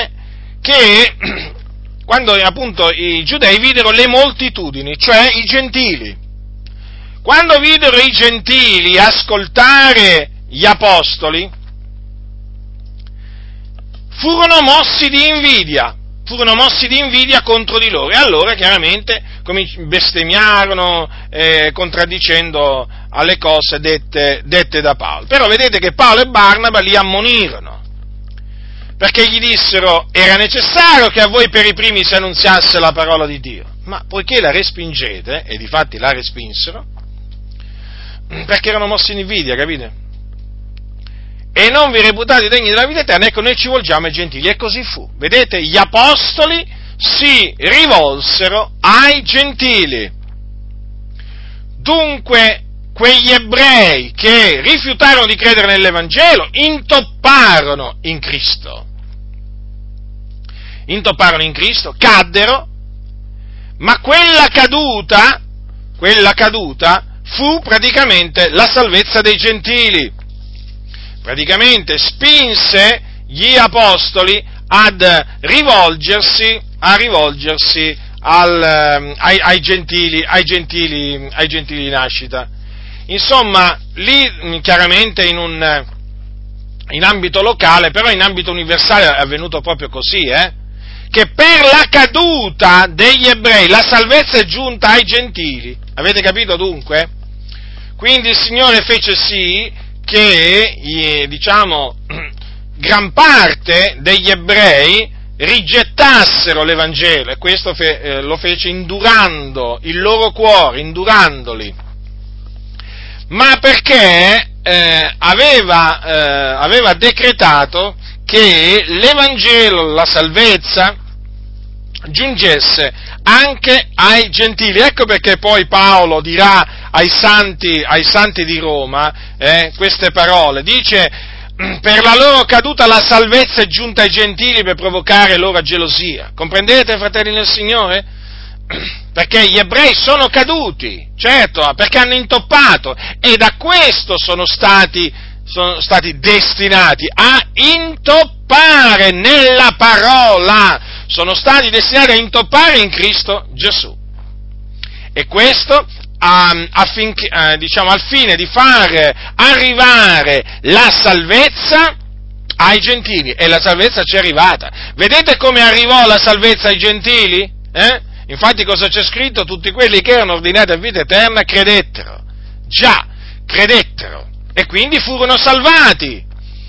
quando appunto i giudei videro le moltitudini, cioè i gentili. Quando videro i gentili ascoltare gli apostoli, furono mossi di invidia contro di loro, e allora chiaramente bestemmiarono, contraddicendo alle cose dette da Paolo. Però vedete che Paolo e Barnaba li ammonirono, perché gli dissero: era necessario che a voi per i primi si annunziasse la parola di Dio, ma poiché la respingete, e difatti la respinsero, perché erano mossi in invidia, capite? E non vi reputate degni della vita eterna, ecco, noi ci volgiamo ai gentili, e così fu. Vedete, gli apostoli si rivolsero ai gentili. Dunque, quegli ebrei che rifiutarono di credere nell'Evangelo intopparono in Cristo, caddero, ma quella caduta fu praticamente la salvezza dei gentili. Praticamente spinse gli apostoli ad rivolgersi ai gentili di nascita. Insomma, lì chiaramente in ambito locale, però in ambito universale è avvenuto proprio così, che per la caduta degli ebrei la salvezza è giunta ai gentili. Avete capito dunque? Quindi il Signore fece sì che, gran parte degli ebrei rigettassero l'Evangelo, e questo lo fece indurando il loro cuore, indurandoli, ma perché aveva decretato che l'Evangelo, la salvezza, giungesse anche ai gentili. Ecco perché poi Paolo dirà ai santi di Roma queste parole, dice: per la loro caduta la salvezza è giunta ai gentili per provocare loro gelosia. Comprendete, fratelli nel Signore? Perché gli ebrei sono caduti, certo, perché hanno intoppato, e da questo sono stati destinati a intoppare nella parola, sono stati destinati a intoppare in Cristo Gesù. E questo al fine di far arrivare la salvezza ai gentili, e la salvezza ci è arrivata. Vedete come arrivò la salvezza ai gentili? Infatti cosa c'è scritto? Tutti quelli che erano ordinati a vita eterna credettero, e quindi furono salvati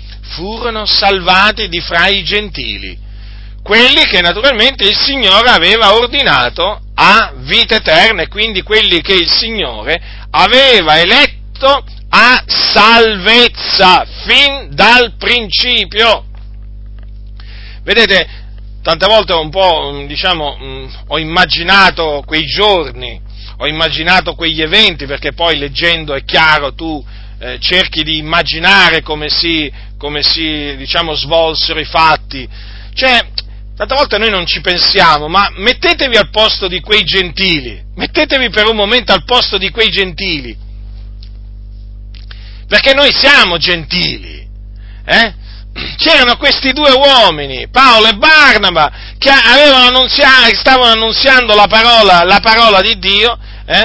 di fra i gentili, quelli che naturalmente il Signore aveva ordinato a vita eterna, e quindi quelli che il Signore aveva eletto a salvezza fin dal principio. Vedete, tante volte ho immaginato quei giorni, ho immaginato quegli eventi, perché poi leggendo è chiaro, tu cerchi di immaginare come si svolsero i fatti. Tante volte noi non ci pensiamo, ma mettetevi al posto di quei gentili, mettetevi per un momento al posto di quei gentili, perché noi siamo gentili, C'erano questi due uomini, Paolo e Barnaba, che stavano annunziando la parola di Dio,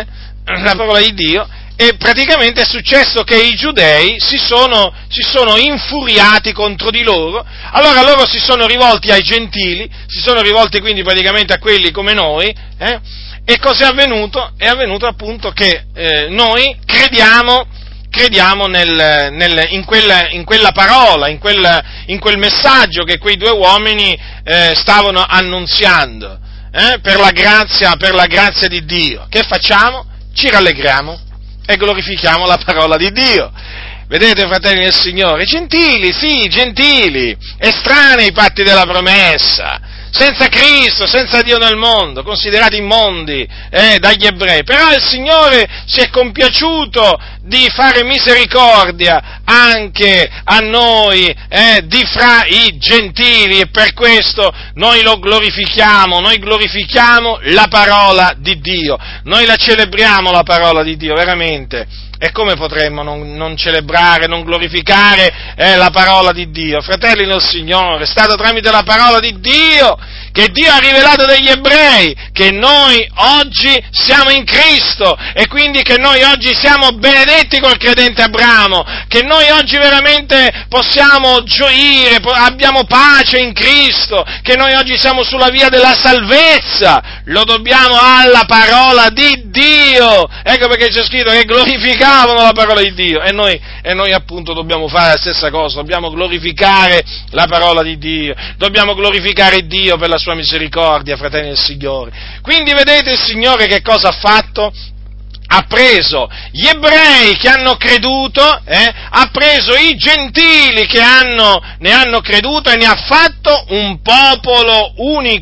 e praticamente è successo che i giudei si sono infuriati contro di loro. Allora loro si sono rivolti ai gentili, si sono rivolti quindi praticamente a quelli come noi, e cosa è avvenuto? È avvenuto appunto che noi crediamo in quella parola, in quel messaggio che quei due uomini stavano annunziando, per la grazia di Dio. Che facciamo? Ci rallegriamo e glorifichiamo la parola di Dio. Vedete, fratelli del Signore, gentili, estranei ai patti della promessa, senza Cristo, senza Dio nel mondo, considerati immondi dagli ebrei. Però il Signore si è compiaciuto di fare misericordia anche a noi, di fra i gentili, e per questo noi lo glorifichiamo, noi glorifichiamo la parola di Dio, noi la celebriamo la parola di Dio, veramente. E come potremmo non celebrare, non glorificare la parola di Dio? Fratelli nel Signore, è stato tramite la parola di Dio che Dio ha rivelato degli ebrei che noi oggi siamo in Cristo, e quindi che noi oggi siamo benedetti col credente Abramo, che noi oggi veramente possiamo gioire, abbiamo pace in Cristo, che noi oggi siamo sulla via della salvezza. Lo dobbiamo alla parola di Dio. Ecco perché c'è scritto che glorificavano la parola di Dio, e noi appunto dobbiamo fare la stessa cosa, dobbiamo glorificare la parola di Dio, dobbiamo glorificare Dio per la sua misericordia, fratelli del Signore. Quindi vedete il Signore che cosa ha fatto? Ha preso gli ebrei che hanno creduto, ha preso i gentili che ne hanno creduto, e ne ha fatto un popolo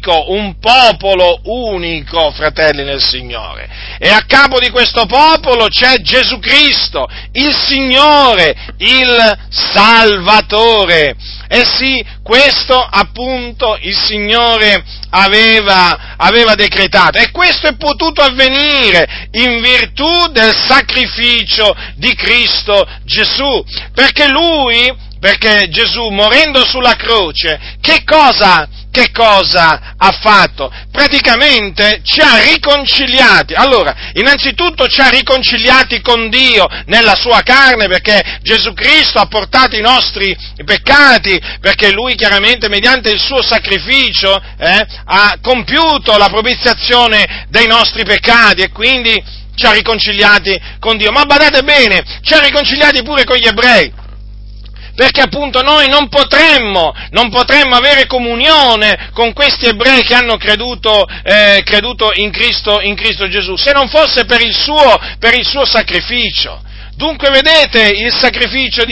unico, fratelli nel Signore. E a capo di questo popolo c'è Gesù Cristo, il Signore, il Salvatore. E sì, questo appunto il Signore aveva decretato, e questo è potuto avvenire in virtù del sacrificio di Cristo Gesù, perché Gesù, morendo sulla croce, che cosa ha fatto? Praticamente ci ha riconciliati. Allora, innanzitutto ci ha riconciliati con Dio nella sua carne, perché Gesù Cristo ha portato i nostri peccati, perché Lui chiaramente mediante il suo sacrificio ha compiuto la propiziazione dei nostri peccati, e quindi ci ha riconciliati con Dio. Ma badate bene, ci ha riconciliati pure con gli ebrei, perché appunto noi non potremmo avere comunione con questi ebrei che hanno creduto in Cristo Gesù, se non fosse per il suo sacrificio. Dunque vedete il sacrificio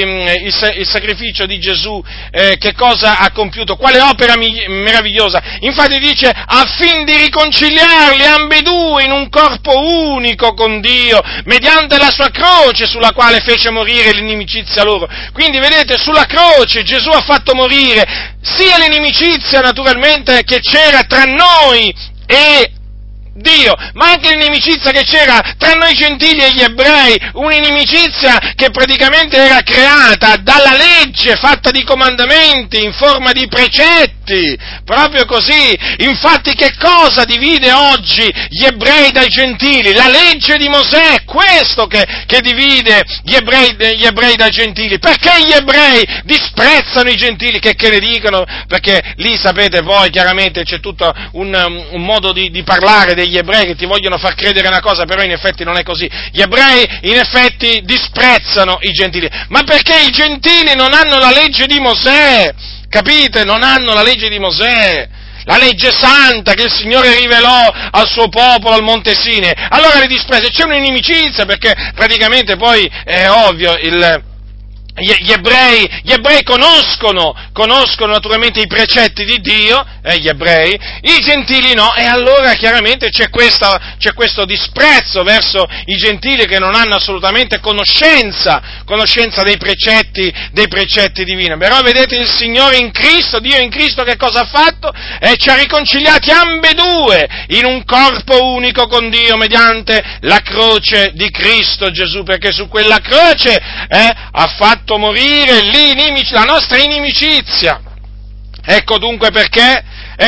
di Gesù, che cosa ha compiuto, quale opera meravigliosa. Infatti dice, affin di riconciliarli ambedue in un corpo unico con Dio, mediante la sua croce sulla quale fece morire l'inimicizia loro. Quindi vedete, sulla croce Gesù ha fatto morire sia l'inimicizia naturalmente che c'era tra noi e Dio, ma anche l'inimicizia che c'era tra noi gentili e gli ebrei, un'inimicizia che praticamente era creata dalla legge fatta di comandamenti in forma di precetti, proprio così. Infatti che cosa divide oggi gli ebrei dai gentili? La legge di Mosè, è questo che divide gli ebrei dai gentili. Perché gli ebrei disprezzano i gentili? Che ne dicono? Perché lì sapete poi chiaramente c'è tutto un modo di parlare degli ebrei che ti vogliono far credere una cosa, però in effetti non è così. Gli ebrei in effetti disprezzano i gentili, ma perché i gentili non hanno la legge di Mosè, capite? Non hanno la legge di Mosè, la legge santa che il Signore rivelò al suo popolo al Monte Sinai. Allora li disprezza, c'è un'inimicizia, perché praticamente poi è ovvio, gli ebrei conoscono naturalmente i precetti di Dio, gli ebrei, i gentili no, e allora chiaramente c'è questo disprezzo verso i gentili che non hanno assolutamente conoscenza dei precetti divini. Però vedete il Signore in Cristo, Dio in Cristo che cosa ha fatto? Ci ha riconciliati ambedue in un corpo unico con Dio mediante la croce di Cristo Gesù, perché su quella croce ha fatto morire la nostra inimicizia. Ecco dunque perché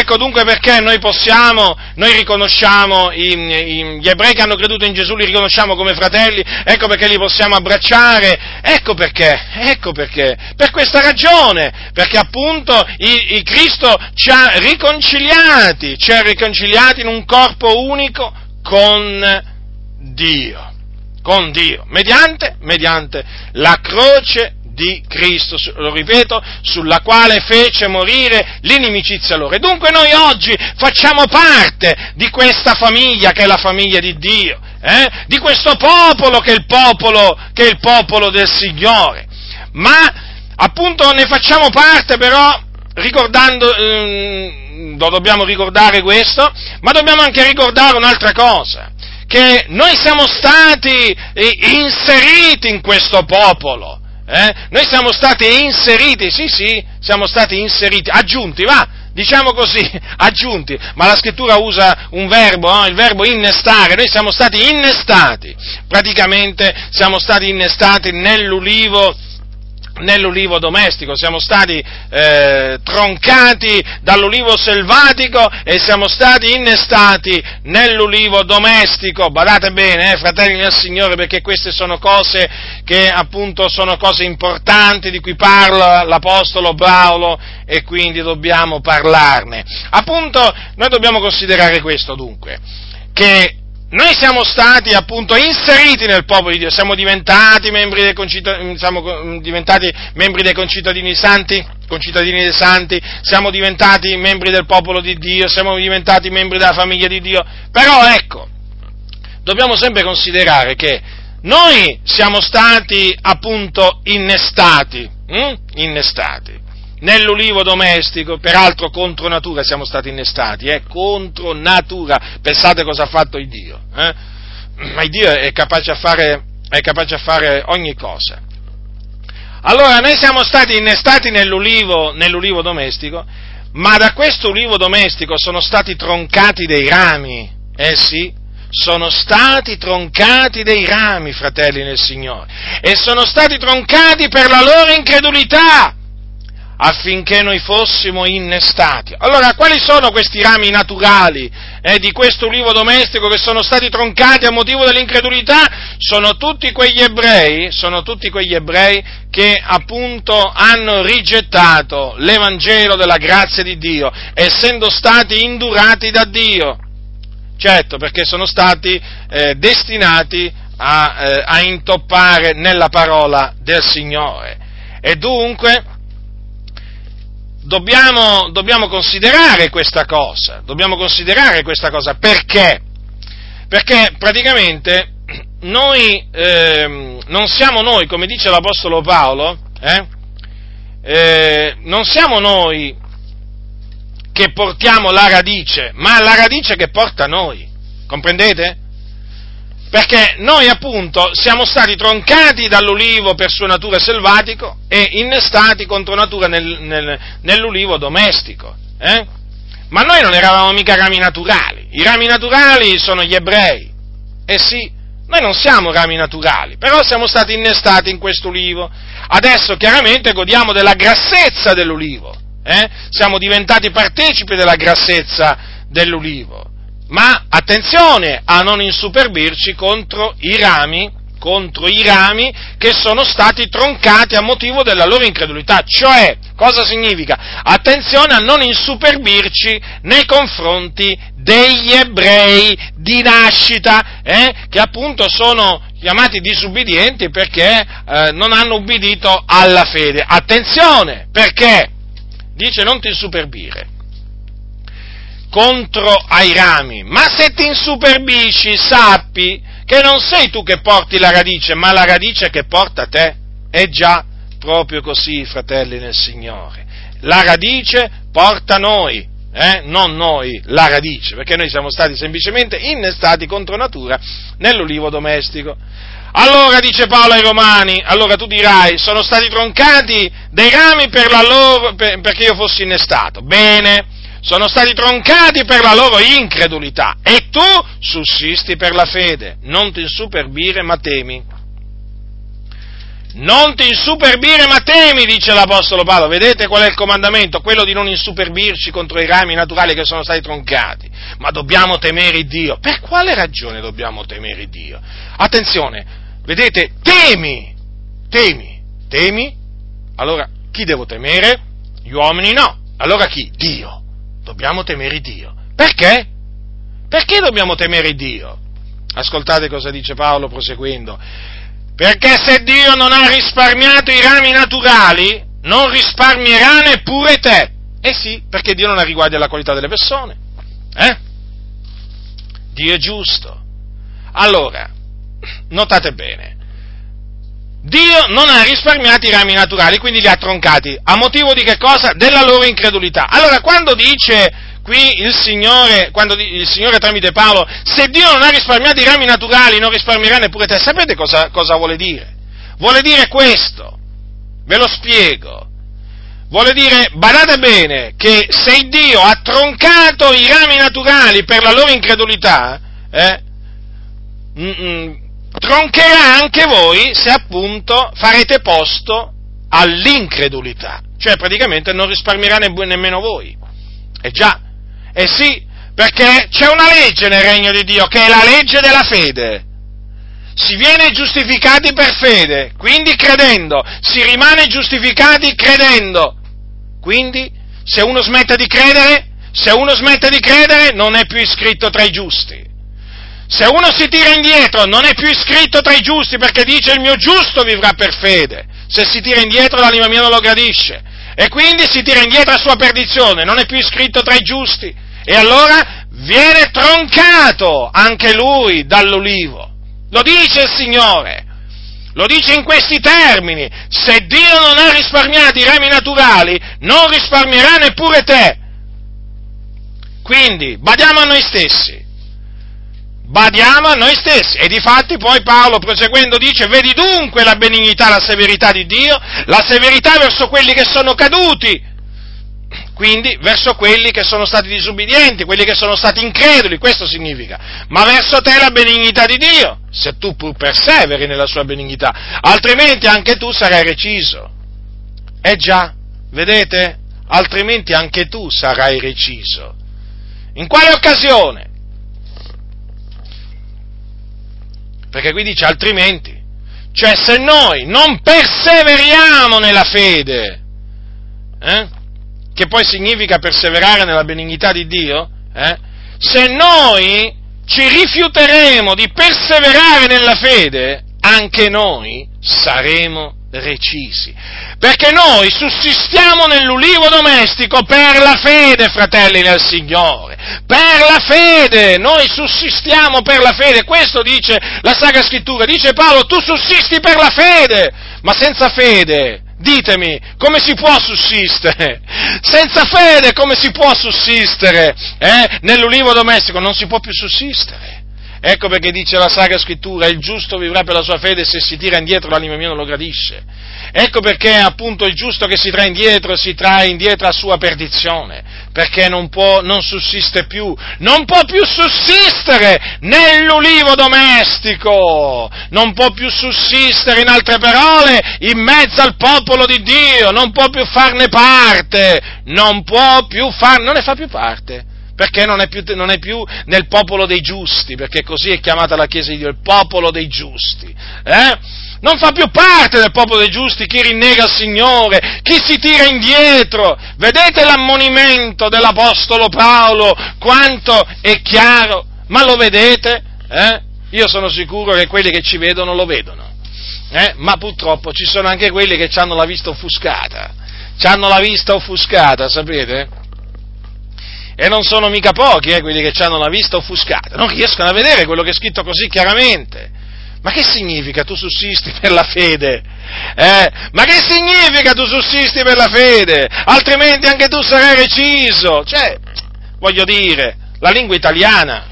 noi riconosciamo gli ebrei che hanno creduto in Gesù, li riconosciamo come fratelli, ecco perché li possiamo abbracciare, ecco perché, per questa ragione, perché appunto il Cristo ci ha riconciliati in un corpo unico con Dio, mediante la croce di Cristo, lo ripeto, sulla quale fece morire l'inimicizia loro. E dunque noi oggi facciamo parte di questa famiglia che è la famiglia di Dio, di questo popolo che è il popolo del Signore. Ma appunto ne facciamo parte però dobbiamo ricordare questo, ma dobbiamo anche ricordare un'altra cosa, che noi siamo stati inseriti in questo popolo, noi siamo stati inseriti, sì, siamo stati inseriti, aggiunti, diciamo così, aggiunti, ma la scrittura usa un verbo, no? Il verbo innestare. Noi siamo stati innestati, praticamente siamo stati innestati nell'ulivo domestico, siamo stati troncati dall'ulivo selvatico e siamo stati innestati nell'ulivo domestico. Badate bene, fratelli nel Signore, perché queste sono cose che appunto sono cose importanti di cui parla l'Apostolo Paolo e quindi dobbiamo parlarne. Appunto, noi dobbiamo considerare questo dunque, che noi siamo stati appunto inseriti nel popolo di Dio, siamo diventati membri dei concittadini santi, siamo diventati membri del popolo di Dio, siamo diventati membri della famiglia di Dio, però ecco, dobbiamo sempre considerare che noi siamo stati appunto innestati nell'ulivo domestico, peraltro contro natura siamo stati innestati, contro natura. Pensate cosa ha fatto il Dio, ma il Dio è capace a fare ogni cosa. Allora, noi siamo stati innestati nell'ulivo domestico, ma da questo ulivo domestico sono stati troncati dei rami, sì, sono stati troncati dei rami, fratelli nel Signore, e sono stati troncati per la loro incredulità, affinché noi fossimo innestati. Allora, quali sono questi rami naturali di questo ulivo domestico che sono stati troncati a motivo dell'incredulità? Sono tutti quegli ebrei che appunto hanno rigettato l'Evangelo della grazia di Dio, essendo stati indurati da Dio. Certo, perché sono stati destinati a intoppare nella parola del Signore. E dunque dobbiamo considerare questa cosa, perché? Perché praticamente noi, non siamo noi, come dice l'Apostolo Paolo, non siamo noi che portiamo la radice, ma la radice che porta noi, comprendete? Perché noi appunto siamo stati troncati dall'ulivo per sua natura selvatico e innestati contro natura nell'ulivo domestico. Ma noi non eravamo mica rami naturali, i rami naturali sono gli ebrei. Sì, noi non siamo rami naturali, però siamo stati innestati in questo ulivo. Adesso chiaramente godiamo della grassezza dell'ulivo, siamo diventati partecipi della grassezza dell'ulivo. Ma attenzione a non insuperbirci contro i rami che sono stati troncati a motivo della loro incredulità. Cioè, cosa significa? Attenzione a non insuperbirci nei confronti degli ebrei di nascita, che appunto sono chiamati disubbidienti perché non hanno ubbidito alla fede. Attenzione, perché dice non ti insuperbire contro ai rami, ma se ti insuperbisci sappi che non sei tu che porti la radice, ma la radice che porta te. È già proprio così, fratelli nel Signore, la radice porta noi, non noi la radice, perché noi siamo stati semplicemente innestati contro natura nell'ulivo domestico. Allora, dice Paolo ai Romani, allora tu dirai, sono stati troncati dei rami perché io fossi innestato. Bene, sono stati troncati per la loro incredulità, e tu sussisti per la fede. Non ti insuperbire, ma temi. Non ti insuperbire, ma temi, dice l'Apostolo Paolo. Vedete qual è il comandamento? Quello di non insuperbirci contro i rami naturali che sono stati troncati. Ma dobbiamo temere Dio. Per quale ragione dobbiamo temere Dio? Attenzione, vedete, temi. Allora, chi devo temere? Gli uomini no. Allora chi? Dio. Dobbiamo temere Dio. Perché? Perché dobbiamo temere Dio? Ascoltate cosa dice Paolo proseguendo. Perché se Dio non ha risparmiato i rami naturali, non risparmierà neppure te. Sì, perché Dio non ha riguardi alla qualità delle persone. Dio è giusto. Allora, notate bene, Dio non ha risparmiato i rami naturali, quindi li ha troncati. A motivo di che cosa? Della loro incredulità. Allora, quando dice qui il Signore tramite Paolo, se Dio non ha risparmiato i rami naturali, non risparmierà neppure te, sapete cosa vuole dire? Vuole dire questo, ve lo spiego. Vuole dire, badate bene, che se Dio ha troncato i rami naturali per la loro incredulità, troncherà anche voi se appunto farete posto all'incredulità, cioè praticamente non risparmierà nemmeno voi. Già, sì, perché c'è una legge nel regno di Dio, che è la legge della fede. Si viene giustificati per fede, quindi credendo, si rimane giustificati credendo. Quindi, se uno smette di credere, non è più iscritto tra i giusti. Se uno si tira indietro, non è più iscritto tra i giusti, perché dice il mio giusto vivrà per fede. Se si tira indietro, l'anima mia non lo gradisce. E quindi si tira indietro a sua perdizione, non è più iscritto tra i giusti. E allora viene troncato anche lui dall'ulivo. Lo dice il Signore. Lo dice in questi termini: se Dio non ha risparmiato i rami naturali, non risparmierà neppure te. Quindi, badiamo a noi stessi. E difatti poi Paolo, proseguendo, dice: vedi dunque la benignità, la severità di Dio, la severità verso quelli che sono caduti, quindi verso quelli che sono stati disubbidienti, quelli che sono stati increduli, questo significa, ma verso te la benignità di Dio, se tu pur perseveri nella sua benignità, altrimenti anche tu sarai reciso. Già, vedete? Altrimenti anche tu sarai reciso. In quale occasione? Perché qui dice altrimenti, cioè se noi non perseveriamo nella fede, che poi significa perseverare nella benignità di Dio, se noi ci rifiuteremo di perseverare nella fede, anche noi saremo recisi. Perché noi sussistiamo nell'ulivo domestico per la fede, fratelli nel Signore. Per la fede, noi sussistiamo per la fede, questo dice la Sacra Scrittura, dice Paolo, tu sussisti per la fede, ma senza fede, ditemi, come si può sussistere? Senza fede come si può sussistere? Nell'ulivo domestico non si può più sussistere. Ecco perché dice la Sacra Scrittura, il giusto vivrà per la sua fede, se si tira indietro l'anima mia non lo gradisce. Ecco perché appunto il giusto che si trae indietro a sua perdizione, perché non sussiste più, non può più sussistere nell'ulivo domestico, non può più sussistere, in altre parole, in mezzo al popolo di Dio, non può più farne parte, non ne fa più parte. Perché non è più nel popolo dei giusti, perché così è chiamata la Chiesa di Dio, il popolo dei giusti. Non fa più parte del popolo dei giusti chi rinnega il Signore, chi si tira indietro. Vedete l'ammonimento dell'Apostolo Paolo, quanto è chiaro? Ma lo vedete? Io sono sicuro che quelli che ci vedono lo vedono. Ma purtroppo ci sono anche quelli che hanno la vista offuscata. Sapete? E non sono mica pochi, quelli che hanno la vista offuscata, non riescono a vedere quello che è scritto così chiaramente. Ma che significa tu sussisti per la fede? Ma che significa tu sussisti per la fede? Altrimenti anche tu sarai reciso. Cioè, voglio dire, la lingua italiana,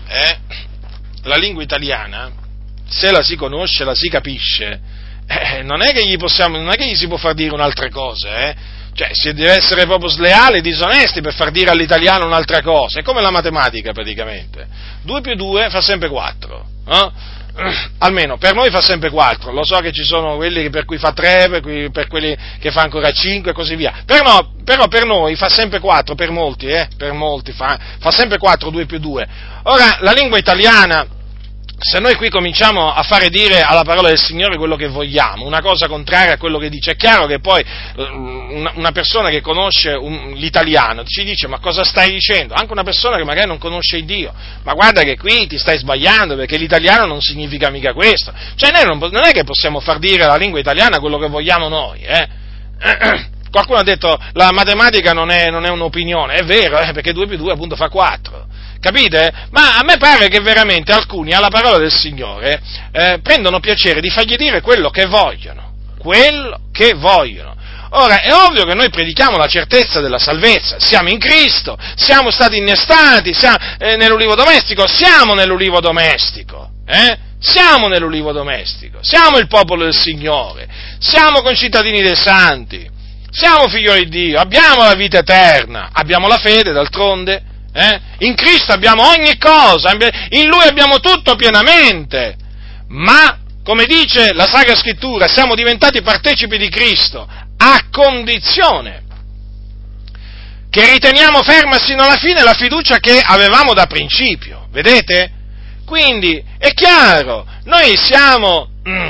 se la si conosce, la si capisce, non è che gli si può far dire un'altra cosa, Cioè, si deve essere proprio sleali, disonesti per far dire all'italiano un'altra cosa. È come la matematica, praticamente. 2 più 2 fa sempre 4, Almeno, per noi fa sempre 4. Lo so che ci sono quelli per cui fa 3, per quelli che fa ancora 5 e così via. Però per noi fa sempre 4, per molti fa sempre 4, 2 più 2. Ora, la lingua italiana, se noi qui cominciamo a fare dire alla parola del Signore quello che vogliamo, una cosa contraria a quello che dice, è chiaro che poi una persona che conosce l'italiano ci dice: ma cosa stai dicendo? Anche una persona che magari non conosce il Dio, ma guarda che qui ti stai sbagliando, perché l'italiano non significa mica questo. Cioè noi non è che possiamo far dire alla lingua italiana quello che vogliamo noi, Qualcuno ha detto la matematica non è un'opinione, è vero, perché 2 più 2 appunto fa 4. Capite? Ma a me pare che veramente alcuni alla parola del Signore prendono piacere di fargli dire quello che vogliono. quello che vogliono. Ora, è ovvio che noi predichiamo la certezza della salvezza, siamo in Cristo, siamo stati innestati, siamo nell'ulivo domestico, siamo nell'ulivo domestico, siamo nell'ulivo domestico, siamo il popolo del Signore, siamo concittadini dei santi, siamo figlioli di Dio, abbiamo la vita eterna, abbiamo la fede d'altronde, in Cristo abbiamo ogni cosa, in Lui abbiamo tutto pienamente, ma, come dice la Sacra Scrittura, siamo diventati partecipi di Cristo, a condizione che riteniamo ferma sino alla fine la fiducia che avevamo da principio, vedete? Quindi, è chiaro, noi siamo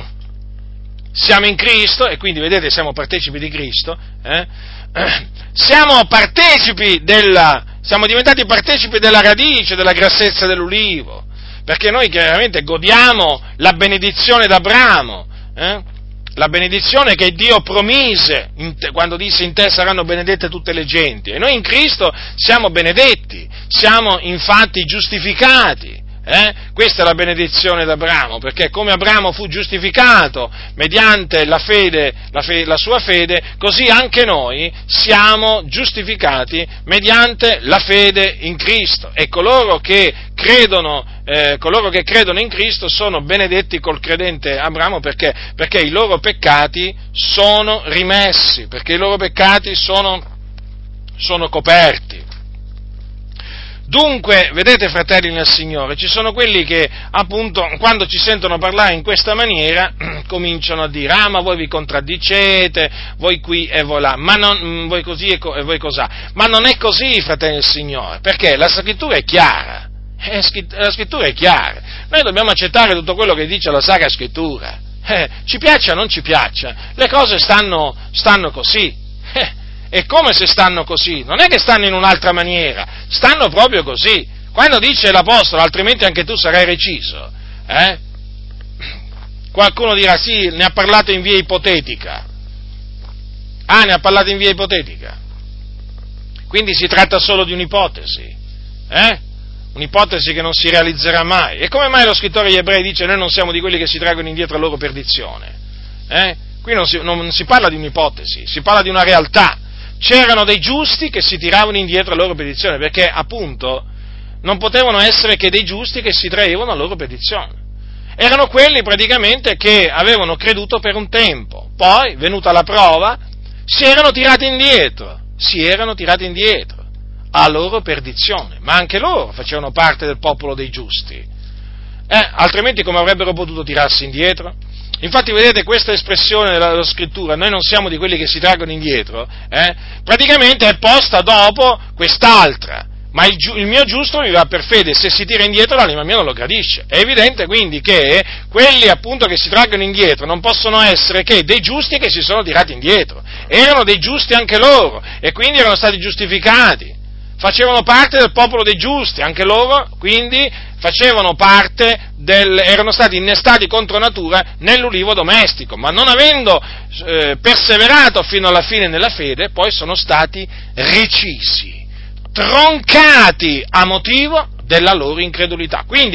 in Cristo, e quindi, vedete, siamo partecipi di Cristo, siamo diventati partecipi della radice, della grassezza dell'ulivo, perché noi chiaramente godiamo la benedizione d'Abramo, la benedizione che Dio promise quando disse: in te saranno benedette tutte le genti, e noi in Cristo siamo benedetti, siamo infatti giustificati. Questa è la benedizione d'Abramo, perché come Abramo fu giustificato mediante la fede, la sua fede, così anche noi siamo giustificati mediante la fede in Cristo, e coloro che credono in Cristo sono benedetti col credente Abramo, perché i loro peccati sono rimessi, perché i loro peccati sono coperti. Dunque, vedete, fratelli nel Signore, ci sono quelli che, appunto, quando ci sentono parlare in questa maniera, cominciano a dire: ma voi vi contraddicete, voi qui e voi là, voi così e voi cosà. Ma non è così, fratelli del Signore, perché la Scrittura è chiara, la Scrittura è chiara. Noi dobbiamo accettare tutto quello che dice la Sacra Scrittura, ci piaccia o non ci piaccia, le cose stanno così. E come se stanno così? Non è che stanno in un'altra maniera, stanno proprio così. Quando dice l'Apostolo: altrimenti anche tu sarai reciso, qualcuno dirà: sì, ne ha parlato in via ipotetica. Ne ha parlato in via ipotetica. Quindi si tratta solo di un'ipotesi, un'ipotesi che non si realizzerà mai. E come mai lo scrittore agli Ebrei dice: noi non siamo di quelli che si traggono indietro la loro perdizione? Qui non si parla di un'ipotesi, si parla di una realtà. C'erano dei giusti che si tiravano indietro alla loro perdizione, perché appunto non potevano essere che dei giusti che si traevano alla loro perdizione. Erano quelli praticamente che avevano creduto per un tempo, poi, venuta la prova, si erano tirati indietro alla loro perdizione, ma anche loro facevano parte del popolo dei giusti. Altrimenti come avrebbero potuto tirarsi indietro? Infatti, vedete, questa espressione della Scrittura: noi non siamo di quelli che si traggono indietro, praticamente è posta dopo quest'altra: ma il mio giusto vivrà per fede, se si tira indietro l'anima mia non lo gradisce. È evidente quindi che quelli appunto che si traggono indietro non possono essere che dei giusti che si sono tirati indietro, erano dei giusti anche loro, e quindi erano stati giustificati, facevano parte del popolo dei giusti, anche loro, quindi erano stati innestati contro natura nell'ulivo domestico, ma non avendo perseverato fino alla fine nella fede, poi sono stati recisi, troncati a motivo della loro incredulità. Quindi,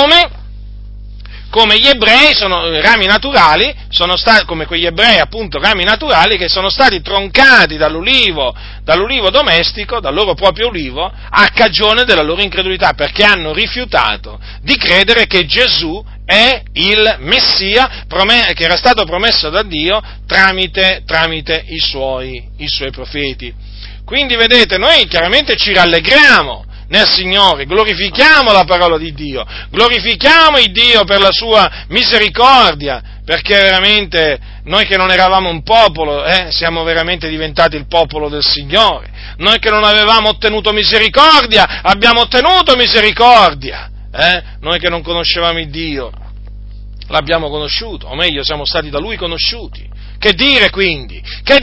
come gli ebrei sono rami naturali, come quegli ebrei appunto rami naturali che sono stati troncati dall'ulivo domestico, dal loro proprio ulivo, a cagione della loro incredulità, perché hanno rifiutato di credere che Gesù è il Messia che era stato promesso da Dio tramite i suoi profeti. Quindi, vedete, noi chiaramente ci rallegriamo nel Signore, glorifichiamo la parola di Dio, glorifichiamo il Dio per la sua misericordia, perché veramente noi che non eravamo un popolo, siamo veramente diventati il popolo del Signore. Noi che non avevamo ottenuto misericordia, abbiamo ottenuto misericordia. Noi che non conoscevamo il Dio, l'abbiamo conosciuto, o meglio, siamo stati da Lui conosciuti. Che dire quindi?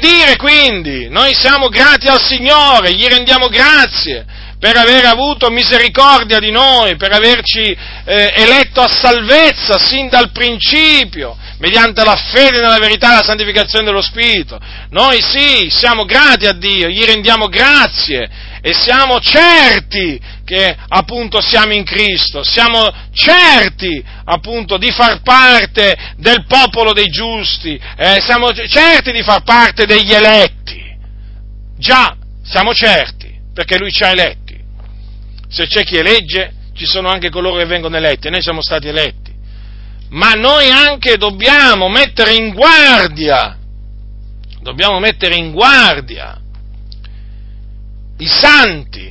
Noi siamo grati al Signore, gli rendiamo grazie per aver avuto misericordia di noi, per averci eletto a salvezza sin dal principio, mediante la fede nella verità e la santificazione dello Spirito. Noi sì, siamo grati a Dio, gli rendiamo grazie e siamo certi che appunto siamo in Cristo, siamo certi appunto di far parte del popolo dei giusti, siamo certi di far parte degli eletti. Già, siamo certi, perché Lui ci ha eletti. Se c'è chi elegge, ci sono anche coloro che vengono eletti, e noi siamo stati eletti. Ma noi anche dobbiamo mettere in guardia i santi,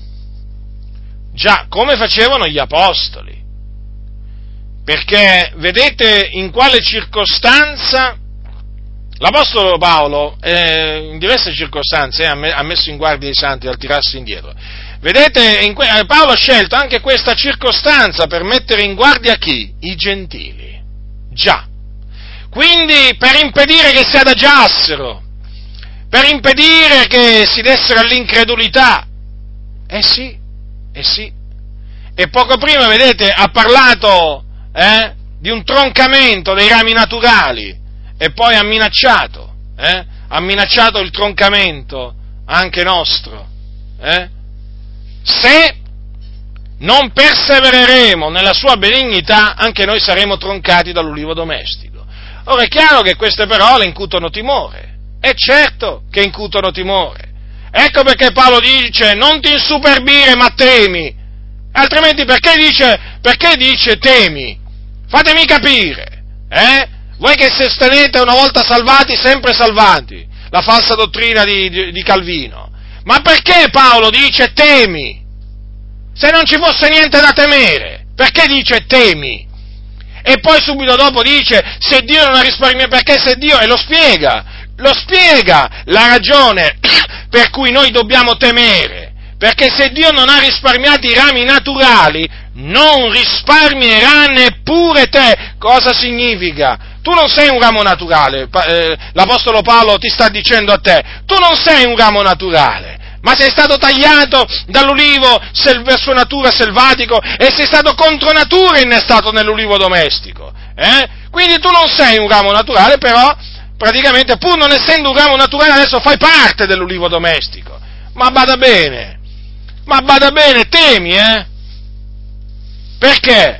già, come facevano gli apostoli, perché vedete in quale circostanza l'apostolo Paolo, in diverse circostanze, ha messo in guardia i santi dal tirarsi indietro. Vedete, Paolo ha scelto anche questa circostanza per mettere in guardia chi? I gentili. Già. Quindi per impedire che si adagiassero, per impedire che si dessero all'incredulità. Sì. E poco prima, vedete, ha parlato di un troncamento dei rami naturali e poi ha minacciato il troncamento anche nostro. Se non persevereremo nella sua benignità, anche noi saremo troncati dall'ulivo domestico. Ora è chiaro che queste parole incutono timore, è certo che incutono timore. Ecco perché Paolo dice: non ti insuperbire, ma temi. Altrimenti perché dice temi? Fatemi capire, Voi che sostenete una volta salvati, sempre salvati, la falsa dottrina di Calvino. Ma perché Paolo dice temi? Se non ci fosse niente da temere, perché dice temi? E poi subito dopo dice: se Dio non ha risparmiato, perché se Dio, e lo spiega la ragione per cui noi dobbiamo temere, perché se Dio non ha risparmiato i rami naturali, non risparmierà neppure te. Cosa significa? Tu non sei un ramo naturale, l'Apostolo Paolo ti sta dicendo a te, tu non sei un ramo naturale, ma sei stato tagliato dall'ulivo per sua natura selvatico e sei stato contro natura innestato nell'ulivo domestico. Quindi tu non sei un ramo naturale, però praticamente, pur non essendo un ramo naturale, adesso fai parte dell'ulivo domestico. Ma bada bene, temi, Perché?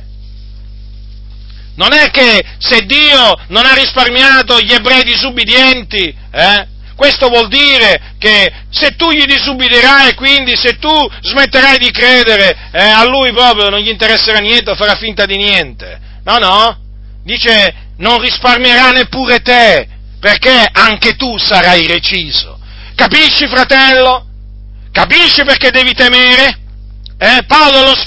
Non è che se Dio non ha risparmiato gli ebrei disubbidienti, questo vuol dire che se tu gli disubbidirai, quindi se tu smetterai di credere, a Lui proprio non gli interesserà niente o farà finta di niente. No, dice: non risparmierà neppure te, perché anche tu sarai reciso. Capisci, fratello? Capisci perché devi temere? Paolo lo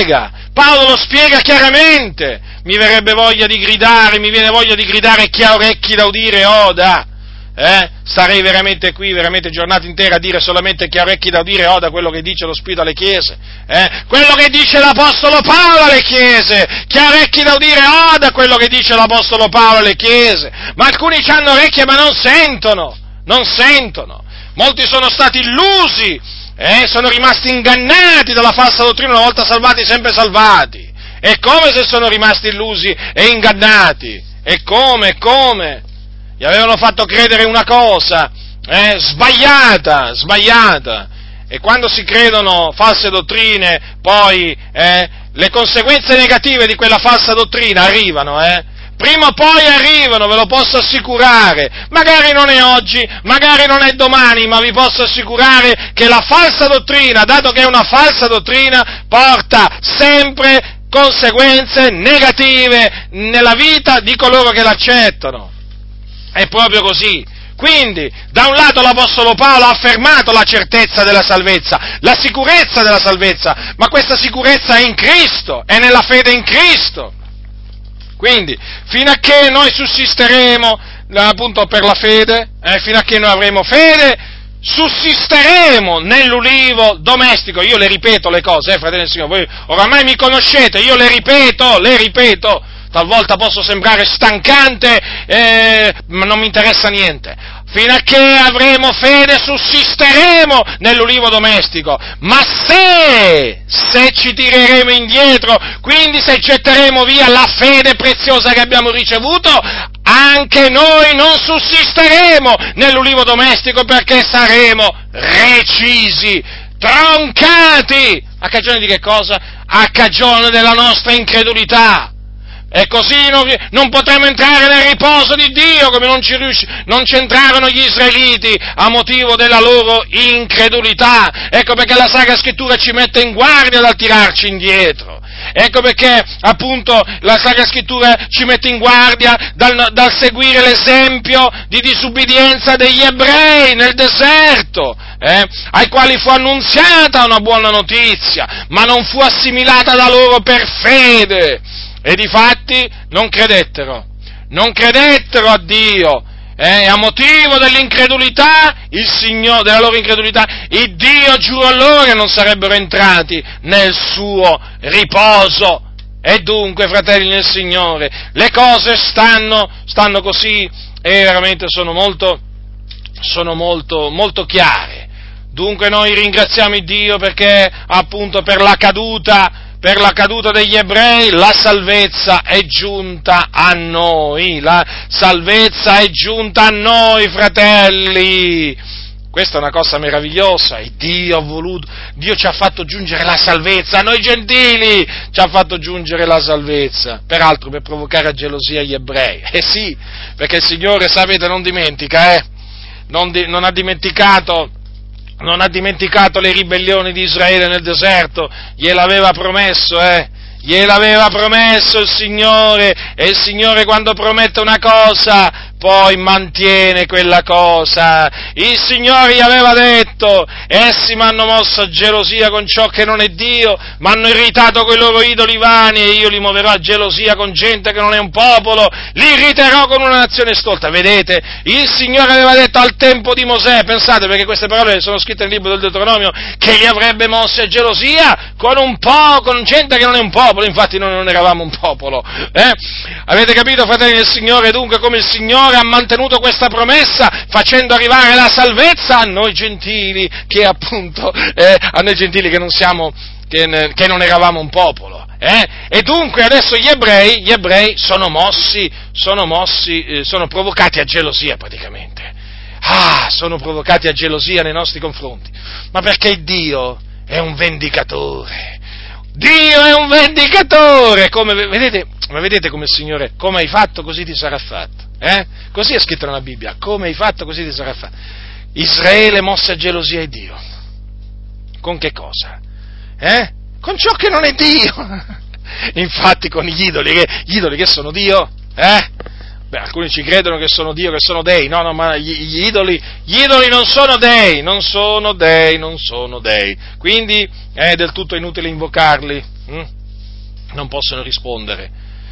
spiega chiaramente. Mi viene voglia di gridare: chi ha orecchi da udire oda. Starei veramente qui, veramente giornate intere a dire solamente: chi ha orecchi da udire oda quello che dice lo Spirito alle chiese, quello che dice l'Apostolo Paolo alle chiese. Chi ha orecchi da udire oda quello che dice l'Apostolo Paolo alle chiese. Ma alcuni hanno orecchie ma non sentono. Molti sono stati illusi, sono rimasti ingannati dalla falsa dottrina, una volta salvati sempre salvati. E come se sono rimasti illusi e ingannati? E come? Gli avevano fatto credere una cosa sbagliata. E quando si credono false dottrine, poi le conseguenze negative di quella falsa dottrina arrivano, Prima o poi arrivano, ve lo posso assicurare. Magari non è oggi, magari non è domani, ma vi posso assicurare che la falsa dottrina, dato che è una falsa dottrina, porta sempre conseguenze negative nella vita di coloro che l'accettano. È proprio così. Quindi, da un lato l'Apostolo Paolo ha affermato la certezza della salvezza, la sicurezza della salvezza, ma questa sicurezza è in Cristo, è nella fede in Cristo. Quindi, fino a che noi sussisteremo, appunto, per la fede, fino a che noi avremo fede, sussisteremo nell'ulivo domestico. Io le ripeto le cose, fratelli del Signore, voi oramai mi conoscete, io le ripeto, talvolta posso sembrare stancante, ma non mi interessa niente. Fino a che avremo fede sussisteremo nell'ulivo domestico, ma se ci tireremo indietro, quindi se getteremo via la fede preziosa che abbiamo ricevuto, anche noi non sussisteremo nell'ulivo domestico, perché saremo recisi, troncati A cagione di che cosa? A cagione della nostra incredulità. E così non potremo entrare nel riposo di Dio, come non ci entrarono gli israeliti a motivo della loro incredulità. Ecco perché la Sacra Scrittura ci mette in guardia dal tirarci indietro. Ecco perché, appunto, la Sacra Scrittura ci mette in guardia dal seguire l'esempio di disubbidienza degli ebrei nel deserto, ai quali fu annunziata una buona notizia, ma non fu assimilata da loro per fede. E difatti non credettero a Dio, a motivo dell'incredulità, della loro incredulità, il Dio giurò loro che non sarebbero entrati nel suo riposo. E dunque, fratelli nel Signore, le cose stanno così e veramente sono molto chiare. Dunque noi ringraziamo il Dio perché appunto per la caduta degli ebrei, la salvezza è giunta a noi, fratelli. Questa è una cosa meravigliosa, e Dio ci ha fatto giungere la salvezza, a noi gentili ci ha fatto giungere la salvezza, peraltro per provocare a gelosia gli ebrei. Sì, perché il Signore, sapete, non dimentica, non ha dimenticato le ribellioni di Israele nel deserto, gliel'aveva promesso il Signore, e il Signore quando promette una cosa, poi mantiene quella cosa. Il Signore gli aveva detto: essi mi hanno mosso a gelosia con ciò che non è Dio, mi hanno irritato coi loro idoli vani, e io li muoverò a gelosia con gente che non è un popolo, li irriterò con una nazione stolta. Vedete, il Signore aveva detto al tempo di Mosè, pensate, perché queste parole sono scritte nel libro del Deuteronomio, che li avrebbe mossi a gelosia con gente che non è un popolo. Infatti noi non eravamo un popolo, Avete capito, fratelli del Signore, dunque, come il Signore ha mantenuto questa promessa facendo arrivare la salvezza a noi gentili, che appunto, a noi gentili che non eravamo un popolo, E dunque adesso gli ebrei sono provocati a gelosia praticamente. Sono provocati a gelosia nei nostri confronti, ma perché Dio è un vendicatore. Dio è un vendicatore, vedete come il Signore, come hai fatto così ti sarà fatto, Così è scritto nella Bibbia, come hai fatto così ti sarà fatto. Israele mosse a gelosia di Dio, con che cosa? Con ciò che non è Dio, infatti con gli idoli che sono Dio, alcuni ci credono che sono Dio, che sono dei, no, ma gli idoli non sono dei, quindi è del tutto inutile invocarli, non possono rispondere,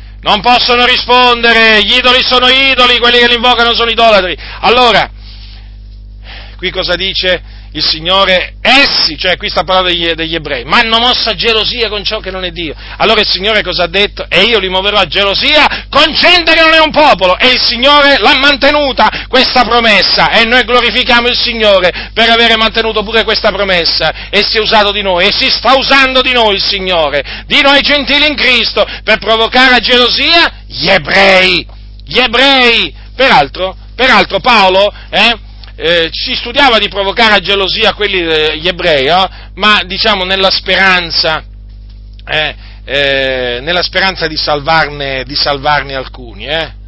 gli idoli sono idoli, quelli che li invocano sono idolatri. Allora, qui cosa dice il Signore? Essi, cioè qui sta parlando degli ebrei, ma hanno mosso a gelosia con ciò che non è Dio. Allora il Signore cosa ha detto? E io li muoverò a gelosia con gente che non è un popolo. E il Signore l'ha mantenuta questa promessa, e noi glorifichiamo il Signore per avere mantenuto pure questa promessa, e si è usato di noi, e si sta usando di noi il Signore, di noi gentili in Cristo, per provocare a gelosia gli ebrei. Peraltro Paolo, si studiava di provocare a gelosia quelli degli ebrei, ma diciamo nella speranza di salvarne alcuni,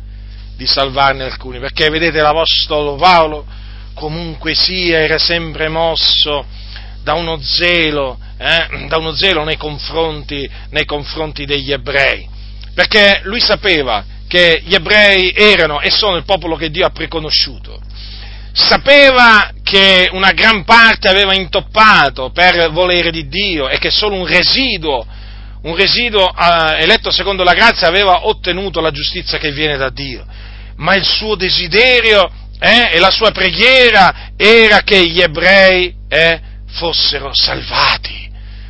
perché vedete l'Apostolo Paolo comunque sia era sempre mosso da uno zelo nei confronti degli ebrei, perché lui sapeva che gli ebrei erano e sono il popolo che Dio ha preconosciuto. Sapeva che una gran parte aveva intoppato per volere di Dio e che solo un residuo eletto secondo la grazia aveva ottenuto la giustizia che viene da Dio. Ma il suo desiderio e la sua preghiera era che gli ebrei fossero salvati.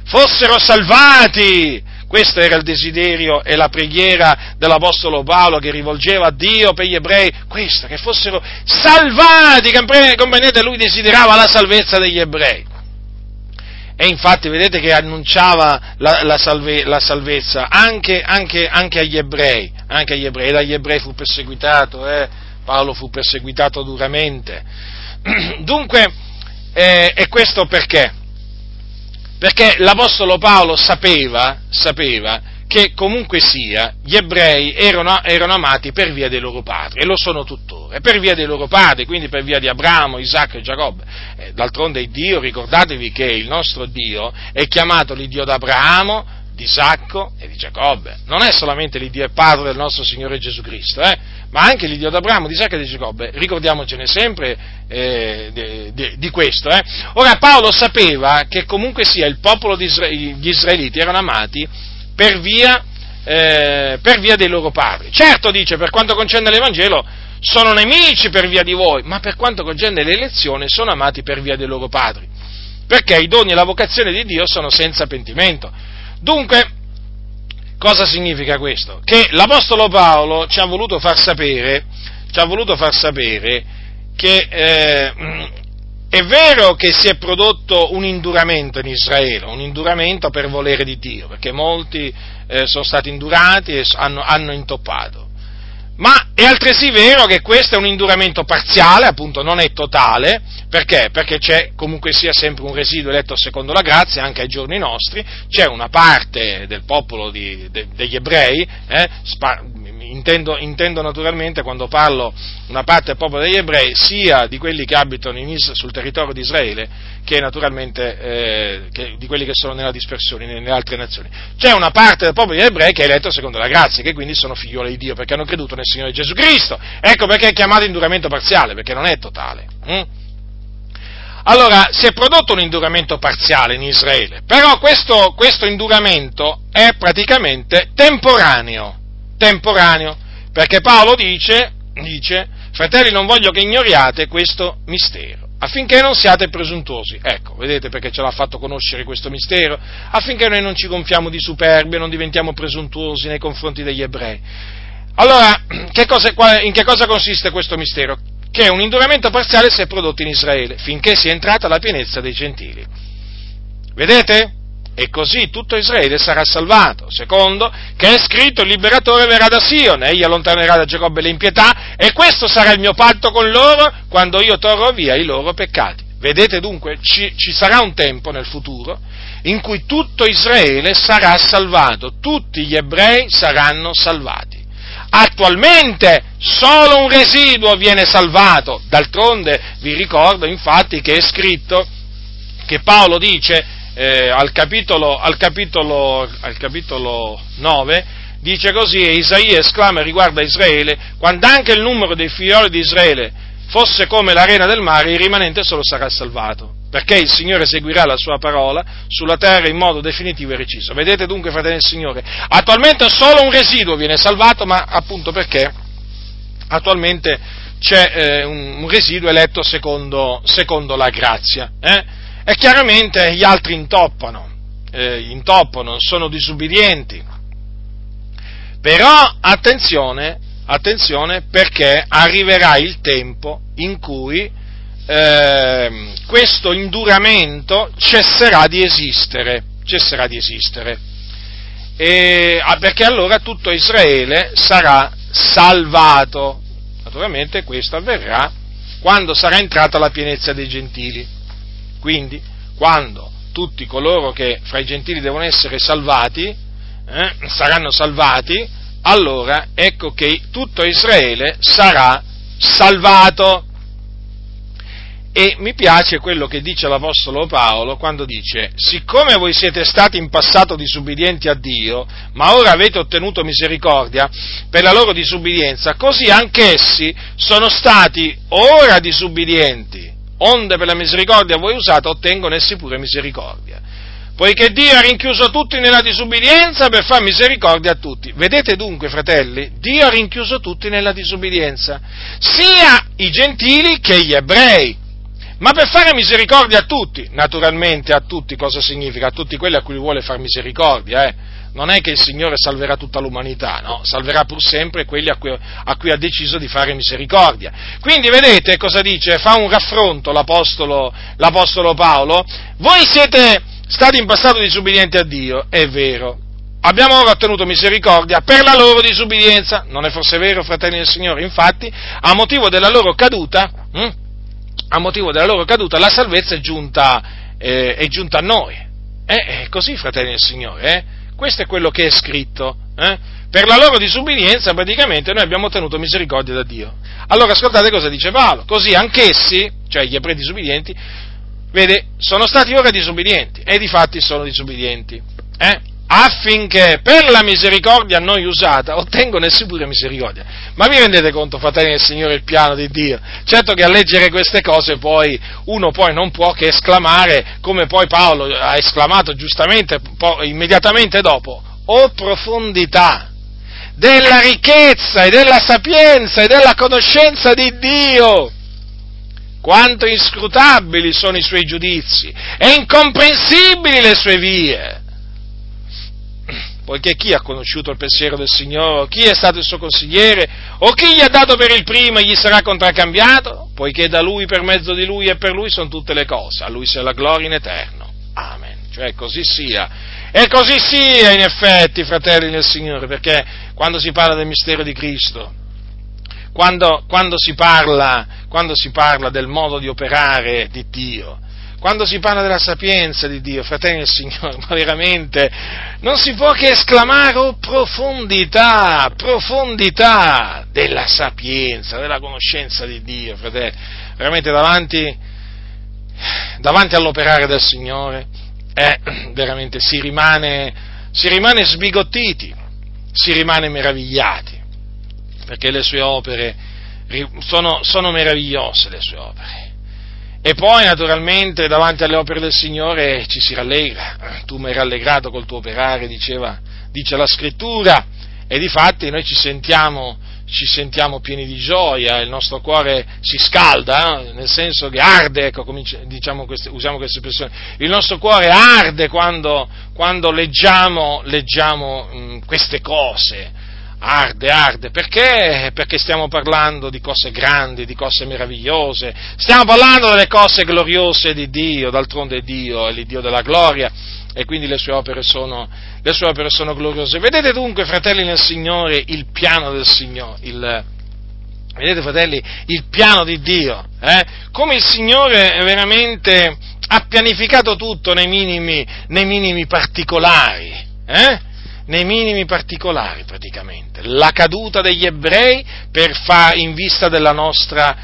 Questo era il desiderio e la preghiera dell'Apostolo Paolo, che rivolgeva a Dio per gli ebrei, questo, che fossero salvati, comprendete, lui desiderava la salvezza degli ebrei. E infatti vedete che annunciava la salvezza anche agli ebrei, e dagli ebrei fu perseguitato, Paolo fu perseguitato duramente. Dunque, e questo perché? Perché l'Apostolo Paolo sapeva che comunque sia gli ebrei erano amati per via dei loro padri, e lo sono tuttora, per via dei loro padri, quindi per via di Abramo, Isacco e Giacobbe. D'altronde il Dio, ricordatevi che il nostro Dio è chiamato l'Iddio d'Abramo, di Isacco e di Giacobbe. Non è solamente l'Iddio e Padre del nostro Signore Gesù Cristo, ma anche l'Iddio d'Abramo, di Isacco e di Giacobbe. Ricordiamocene sempre di questo. Ora, Paolo sapeva che comunque sia il popolo gli israeliti erano amati per via dei loro padri. Certo, dice, per quanto concerne l'Evangelo, sono nemici per via di voi, ma per quanto concerne l'elezione sono amati per via dei loro padri, perché i doni e la vocazione di Dio sono senza pentimento. Dunque, cosa significa questo? Che l'Apostolo Paolo ci ha voluto far sapere che è vero che si è prodotto un induramento in Israele, un induramento per volere di Dio, perché molti sono stati indurati e hanno intoppato. Ma è altresì vero che questo è un induramento parziale, appunto non è totale. Perché? Perché c'è comunque sia sempre un residuo eletto secondo la grazia, anche ai giorni nostri. C'è una parte del popolo degli ebrei, intendo naturalmente, quando parlo una parte del popolo degli ebrei, sia di quelli che abitano sul territorio di Israele, che naturalmente di quelli che sono nella dispersione, nelle altre nazioni. C'è una parte del popolo degli ebrei che è eletto secondo la grazia, che quindi sono figlioli di Dio, perché hanno creduto nel Signore Gesù Cristo. Ecco perché è chiamato induramento parziale, perché non è totale. Allora, si è prodotto un induramento parziale in Israele, però questo induramento è praticamente temporaneo, perché Paolo dice, fratelli, non voglio che ignoriate questo mistero, affinché non siate presuntuosi. Ecco, vedete perché ce l'ha fatto conoscere questo mistero? Affinché noi non ci gonfiamo di superbia, non diventiamo presuntuosi nei confronti degli ebrei. Allora, in che cosa consiste questo mistero? Che un induramento parziale si è prodotto in Israele, finché sia entrata la pienezza dei gentili. Vedete? E così tutto Israele sarà salvato. Secondo, che è scritto, il liberatore verrà da Sion, egli allontanerà da Giacobbe le impietà, e questo sarà il mio patto con loro, quando io torrò via i loro peccati. Vedete dunque, ci sarà un tempo nel futuro in cui tutto Israele sarà salvato, tutti gli ebrei saranno salvati. Attualmente solo un residuo viene salvato. D'altronde vi ricordo infatti che è scritto, che Paolo dice al capitolo 9, dice così: e Isaia esclama riguardo a Israele: quando anche il numero dei figlioli di Israele fosse come l'arena del mare, il rimanente solo sarà salvato, perché il Signore seguirà la sua parola sulla terra in modo definitivo e reciso. Vedete dunque, fratelli del Signore, attualmente solo un residuo viene salvato, ma appunto perché attualmente c'è un residuo eletto secondo la grazia. E chiaramente gli altri intoppano, sono disubbidienti. Però attenzione, perché arriverà il tempo in cui questo induramento cesserà di esistere, perché allora tutto Israele sarà salvato. Naturalmente questo avverrà quando sarà entrata la pienezza dei gentili. Quindi, quando tutti coloro che fra i gentili devono essere salvati saranno salvati, allora ecco che tutto Israele sarà salvato. E mi piace quello che dice l'Apostolo Paolo quando dice: siccome voi siete stati in passato disubbidienti a Dio, ma ora avete ottenuto misericordia per la loro disubbidienza, così anch'essi sono stati ora disubbidienti, onde per la misericordia voi usata ottengono essi pure misericordia. Poiché Dio ha rinchiuso tutti nella disubbidienza per far misericordia a tutti. Vedete dunque, fratelli, Dio ha rinchiuso tutti nella disubbidienza, sia i gentili che gli ebrei, ma per fare misericordia a tutti. Naturalmente a tutti cosa significa? A tutti quelli a cui vuole far misericordia, Non è che il Signore salverà tutta l'umanità, no? Salverà pur sempre quelli a cui ha deciso di fare misericordia. Quindi vedete cosa dice? Fa un raffronto l'Apostolo Paolo. Voi siete stati in passato disubbidienti a Dio, è vero. Abbiamo ora ottenuto misericordia per la loro disubbidienza. Non è forse vero, fratelli del Signore? Infatti, a motivo della loro caduta, la salvezza è giunta a noi. È così, fratelli del Signore, Questo è quello che è scritto, Per la loro disubbidienza praticamente noi abbiamo ottenuto misericordia da Dio. Allora ascoltate cosa dice Paolo, così anch'essi, cioè gli ebrei disubbidienti, vede, sono stati ora disubbidienti, e difatti sono disubbidienti, affinché per la misericordia a noi usata ottengono essi pure misericordia. Ma vi rendete conto, fratelli del Signore, il piano di Dio? Certo che a leggere queste cose uno non può che esclamare, come poi Paolo ha esclamato giustamente immediatamente dopo, o profondità della ricchezza e della sapienza e della conoscenza di Dio! Quanto inscrutabili sono i suoi giudizi e incomprensibili le sue vie! Poiché chi ha conosciuto il pensiero del Signore, chi è stato il suo consigliere, o chi gli ha dato per il primo e gli sarà contraccambiato? Poiché da Lui, per mezzo di Lui e per Lui sono tutte le cose, a Lui sia la gloria in eterno. Amen. Cioè così sia. E così sia in effetti, fratelli nel Signore, perché quando si parla del mistero di Cristo, quando si parla del modo di operare di Dio, quando si parla della sapienza di Dio, fratelli del Signore, ma veramente non si può che esclamare profondità della sapienza, della conoscenza di Dio, fratelli. Veramente davanti all'operare del Signore, veramente si rimane sbigottiti, si rimane meravigliati, perché le sue opere sono meravigliose, le sue opere. E poi naturalmente davanti alle opere del Signore ci si rallegra. Tu mi hai rallegrato col tuo operare, dice la Scrittura, e difatti noi ci sentiamo pieni di gioia, il nostro cuore si scalda, nel senso che arde, ecco, usiamo queste espressioni, il nostro cuore arde quando leggiamo queste cose. Arde, perché? Perché stiamo parlando di cose grandi, di cose meravigliose, stiamo parlando delle cose gloriose di Dio, d'altronde Dio è l'Iddio della gloria, e quindi le sue opere sono gloriose. Vedete dunque, fratelli nel Signore, il piano del Signore, vedete, fratelli, il piano di Dio, come il Signore veramente ha pianificato tutto nei minimi particolari, nei minimi particolari praticamente, la caduta degli ebrei in vista della nostra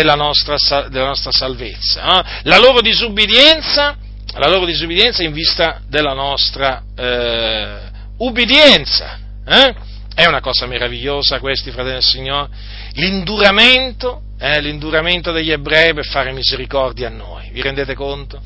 salvezza, la loro disubbidienza in vista della nostra ubbidienza, È una cosa meravigliosa, questi, fratelli del Signore, l'induramento degli ebrei per fare misericordia a noi, vi rendete conto?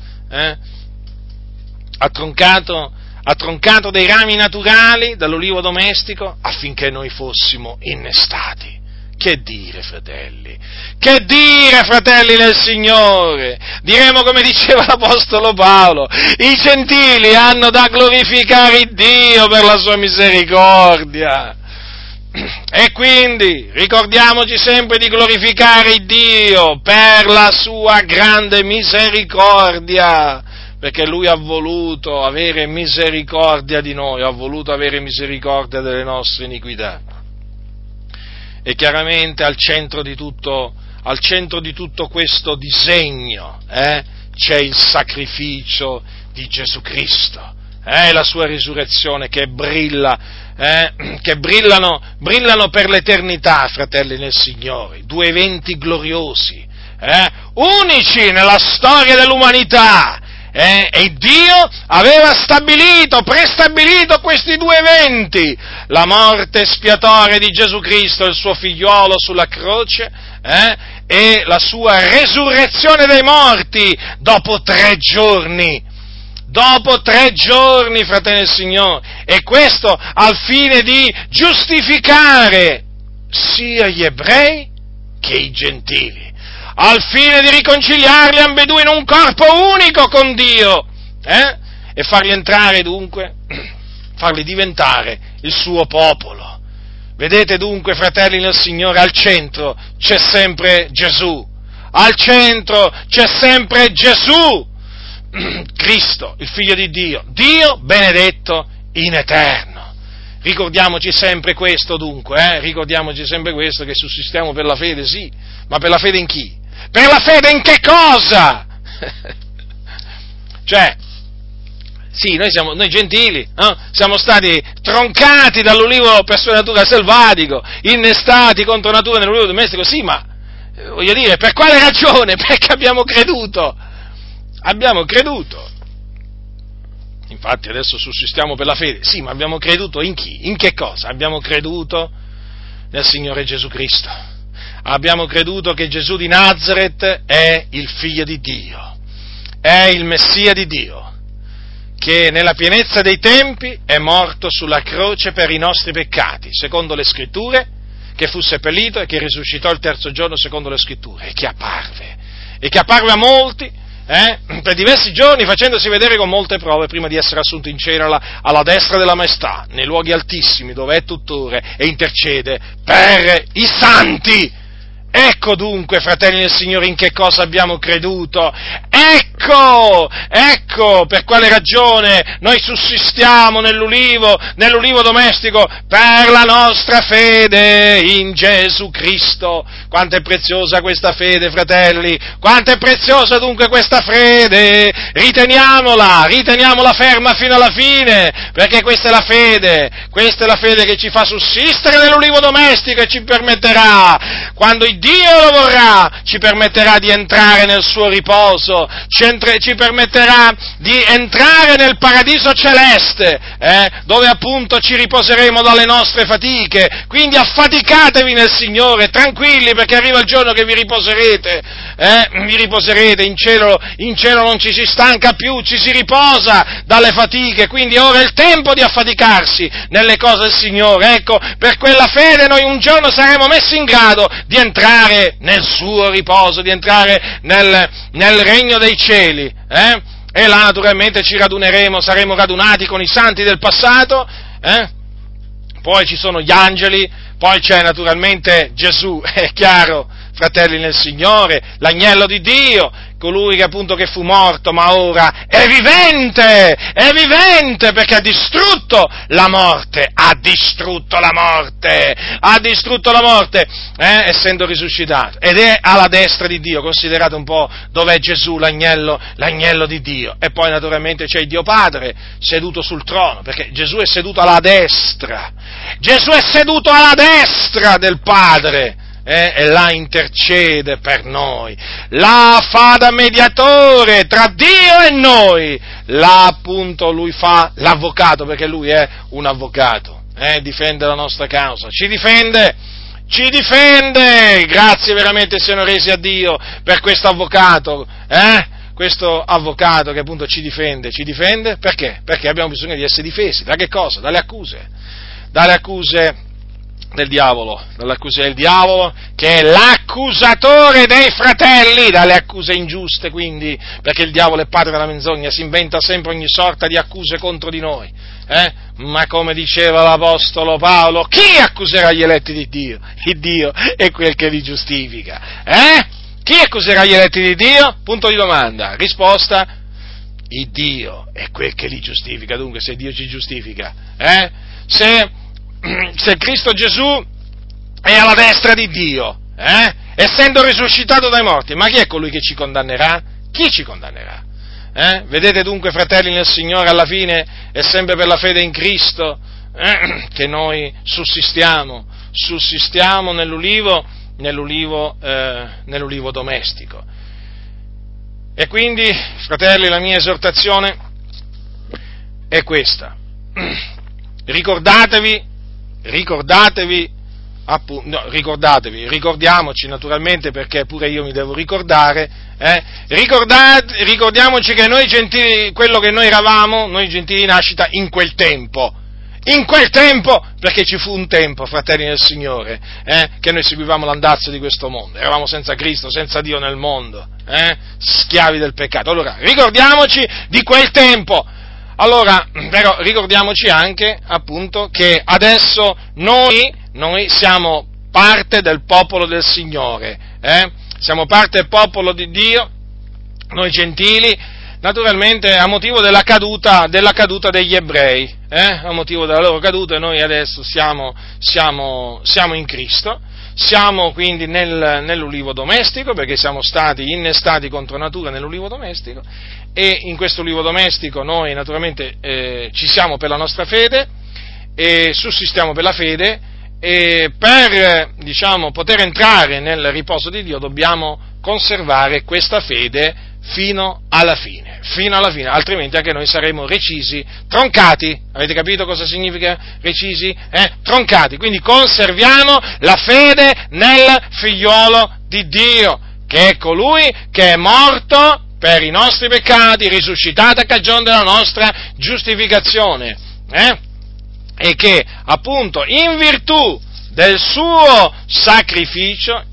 Ha troncato dei rami naturali dall'olivo domestico affinché noi fossimo innestati. Che dire, fratelli? Che dire, fratelli nel Signore? Diremo come diceva l'Apostolo Paolo, i gentili hanno da glorificare Dio per la sua misericordia. E quindi ricordiamoci sempre di glorificare Dio per la sua grande misericordia, perché Lui ha voluto avere misericordia di noi, ha voluto avere misericordia delle nostre iniquità. E chiaramente al centro di tutto questo disegno c'è il sacrificio di Gesù Cristo, la sua risurrezione che brillano per l'eternità, fratelli nel Signore, due eventi gloriosi, unici nella storia dell'umanità. E Dio aveva prestabilito questi due eventi, la morte espiatoria di Gesù Cristo, il suo figliolo sulla croce, e la sua resurrezione dai morti dopo 3 giorni. Dopo 3 giorni, fratelli del Signore, e questo al fine di giustificare sia gli ebrei che i gentili, al fine di riconciliarli ambedue in un corpo unico con Dio, e farli entrare dunque, farli diventare il suo popolo. Vedete dunque, fratelli nel Signore, al centro c'è sempre Gesù, al centro c'è sempre Gesù, Cristo, il Figlio di Dio, Dio benedetto in eterno. Ricordiamoci sempre questo dunque, ricordiamoci sempre questo, che sussistiamo per la fede, sì, ma per la fede in chi? Per la fede in che cosa? Cioè, Sì, noi gentili, siamo stati troncati dall'ulivo per sua natura selvatico, innestati contro natura nell'ulivo domestico, sì, ma voglio dire, per quale ragione? Perché abbiamo creduto. Abbiamo creduto. Infatti adesso sussistiamo per la fede. Sì, ma abbiamo creduto in chi? In che cosa? Abbiamo creduto nel Signore Gesù Cristo. Abbiamo creduto che Gesù di Nazaret è il Figlio di Dio, è il Messia di Dio, che nella pienezza dei tempi è morto sulla croce per i nostri peccati, secondo le Scritture, che fu seppellito e che risuscitò il terzo giorno secondo le Scritture, e che apparve a molti, per diversi giorni, facendosi vedere con molte prove prima di essere assunto in cielo alla destra della maestà, nei luoghi altissimi, dove è tuttora e intercede per i santi. Ecco dunque, fratelli del Signore, in che cosa abbiamo creduto. Ecco per quale ragione noi sussistiamo nell'ulivo domestico, per la nostra fede in Gesù Cristo. Quanto è preziosa questa fede, fratelli, quanto è preziosa dunque questa fede. Riteniamola ferma fino alla fine, perché questa è la fede che ci fa sussistere nell'ulivo domestico e ci permetterà, quando Dio lo vorrà, ci permetterà di entrare nel suo riposo, ci permetterà di entrare nel paradiso celeste, dove appunto ci riposeremo dalle nostre fatiche. Quindi affaticatevi nel Signore, tranquilli, perché arriva il giorno che vi riposerete in cielo non ci si stanca più, ci si riposa dalle fatiche, quindi ora è il tempo di affaticarsi nelle cose del Signore. Ecco, per quella fede noi un giorno saremo messi in grado di entrare nel suo riposo, di entrare nel regno dei cieli, e là naturalmente ci raduneremo, saremo radunati con i santi del passato, poi ci sono gli angeli, poi c'è naturalmente Gesù, è chiaro, fratelli nel Signore, l'agnello di Dio, colui che appunto che fu morto, ma ora è vivente, perché ha distrutto la morte, essendo risuscitato, ed è alla destra di Dio. Considerate un po' dov'è Gesù, l'agnello di Dio, e poi naturalmente c'è il Dio Padre seduto sul trono, perché Gesù è seduto alla destra del Padre, e là intercede per noi, là fa da mediatore tra Dio e noi, là appunto lui fa l'avvocato, perché lui è un avvocato, difende la nostra causa, ci difende, grazie veramente siano resi a Dio per questo avvocato, questo avvocato che appunto ci difende, perché? Perché abbiamo bisogno di essere difesi, da che cosa? Dalle accuse del diavolo, dall'accusa del diavolo, che è l'accusatore dei fratelli, dalle accuse ingiuste, quindi, perché il diavolo è padre della menzogna, si inventa sempre ogni sorta di accuse contro di noi, ma come diceva l'apostolo Paolo, chi accuserà gli eletti di Dio? Il Dio è quel che li giustifica, Chi accuserà gli eletti di Dio? Punto di domanda, risposta, il Dio è quel che li giustifica. Dunque, se Dio ci giustifica, se Cristo Gesù è alla destra di Dio, essendo risuscitato dai morti, ma chi è colui che ci condannerà? Chi ci condannerà? Vedete dunque, fratelli nel Signore, alla fine è sempre per la fede in Cristo che noi sussistiamo nell'ulivo domestico. E quindi, fratelli, la mia esortazione è questa: ricordiamoci naturalmente, perché pure io mi devo ricordare, ricordiamoci che noi gentili, quello che noi eravamo, noi gentili di nascita, in quel tempo, perché ci fu un tempo, fratelli del Signore, che noi seguivamo l'andazzo di questo mondo, eravamo senza Cristo, senza Dio nel mondo, schiavi del peccato. Allora, ricordiamoci di quel tempo. Allora, però, ricordiamoci anche, appunto, che adesso noi siamo parte del popolo del Signore, siamo parte del popolo di Dio, noi gentili, naturalmente a motivo della caduta degli ebrei, a motivo della loro caduta noi adesso siamo in Cristo, siamo quindi nell'ulivo domestico, perché siamo stati innestati contro natura nell'ulivo domestico, e in questo ulivo domestico noi naturalmente ci siamo per la nostra fede, e sussistiamo per la fede, e per poter entrare nel riposo di Dio dobbiamo conservare questa fede fino alla fine, altrimenti anche noi saremo recisi, troncati. Avete capito cosa significa recisi? Troncati. Quindi conserviamo la fede nel figliolo di Dio, che è colui che è morto per i nostri peccati, risuscitato a cagione della nostra giustificazione, e che appunto in virtù del suo sacrificio,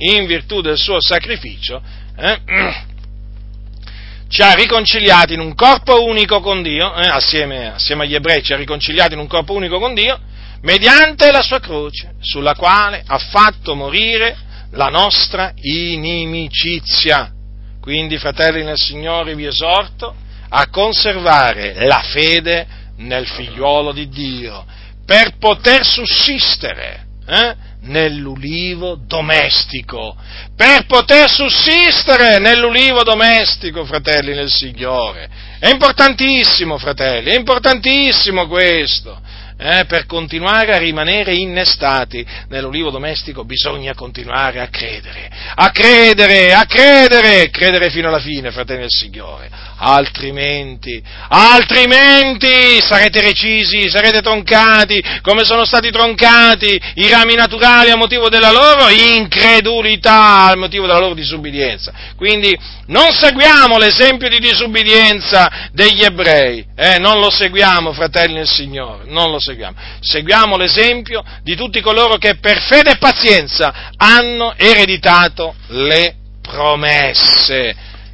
ci ha riconciliati in un corpo unico con Dio, assieme agli ebrei ci ha riconciliati in un corpo unico con Dio, mediante la sua croce, sulla quale ha fatto morire la nostra inimicizia. Quindi, fratelli nel Signore, vi esorto a conservare la fede nel figliuolo di Dio, per poter sussistere nell'ulivo domestico, fratelli nel Signore. È importantissimo, fratelli, è importantissimo questo. Per continuare a rimanere innestati nell'ulivo domestico bisogna continuare a credere fino alla fine, fratelli del Signore, altrimenti sarete recisi, sarete troncati, come sono stati troncati i rami naturali a motivo della loro incredulità, a motivo della loro disubbidienza. Quindi non seguiamo l'esempio di disubbidienza degli ebrei, non lo seguiamo, fratelli nel Signore, non lo seguiamo l'esempio di tutti coloro che per fede e pazienza hanno ereditato le promesse,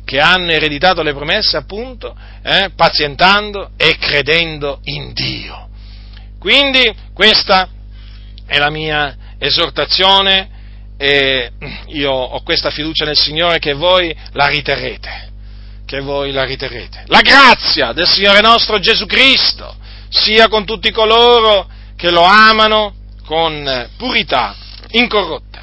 appunto, pazientando e credendo in Dio. Quindi questa è la mia esortazione, e io ho questa fiducia nel Signore che voi la riterrete. La grazia del Signore nostro Gesù Cristo sia con tutti coloro che lo amano con purità incorrotta.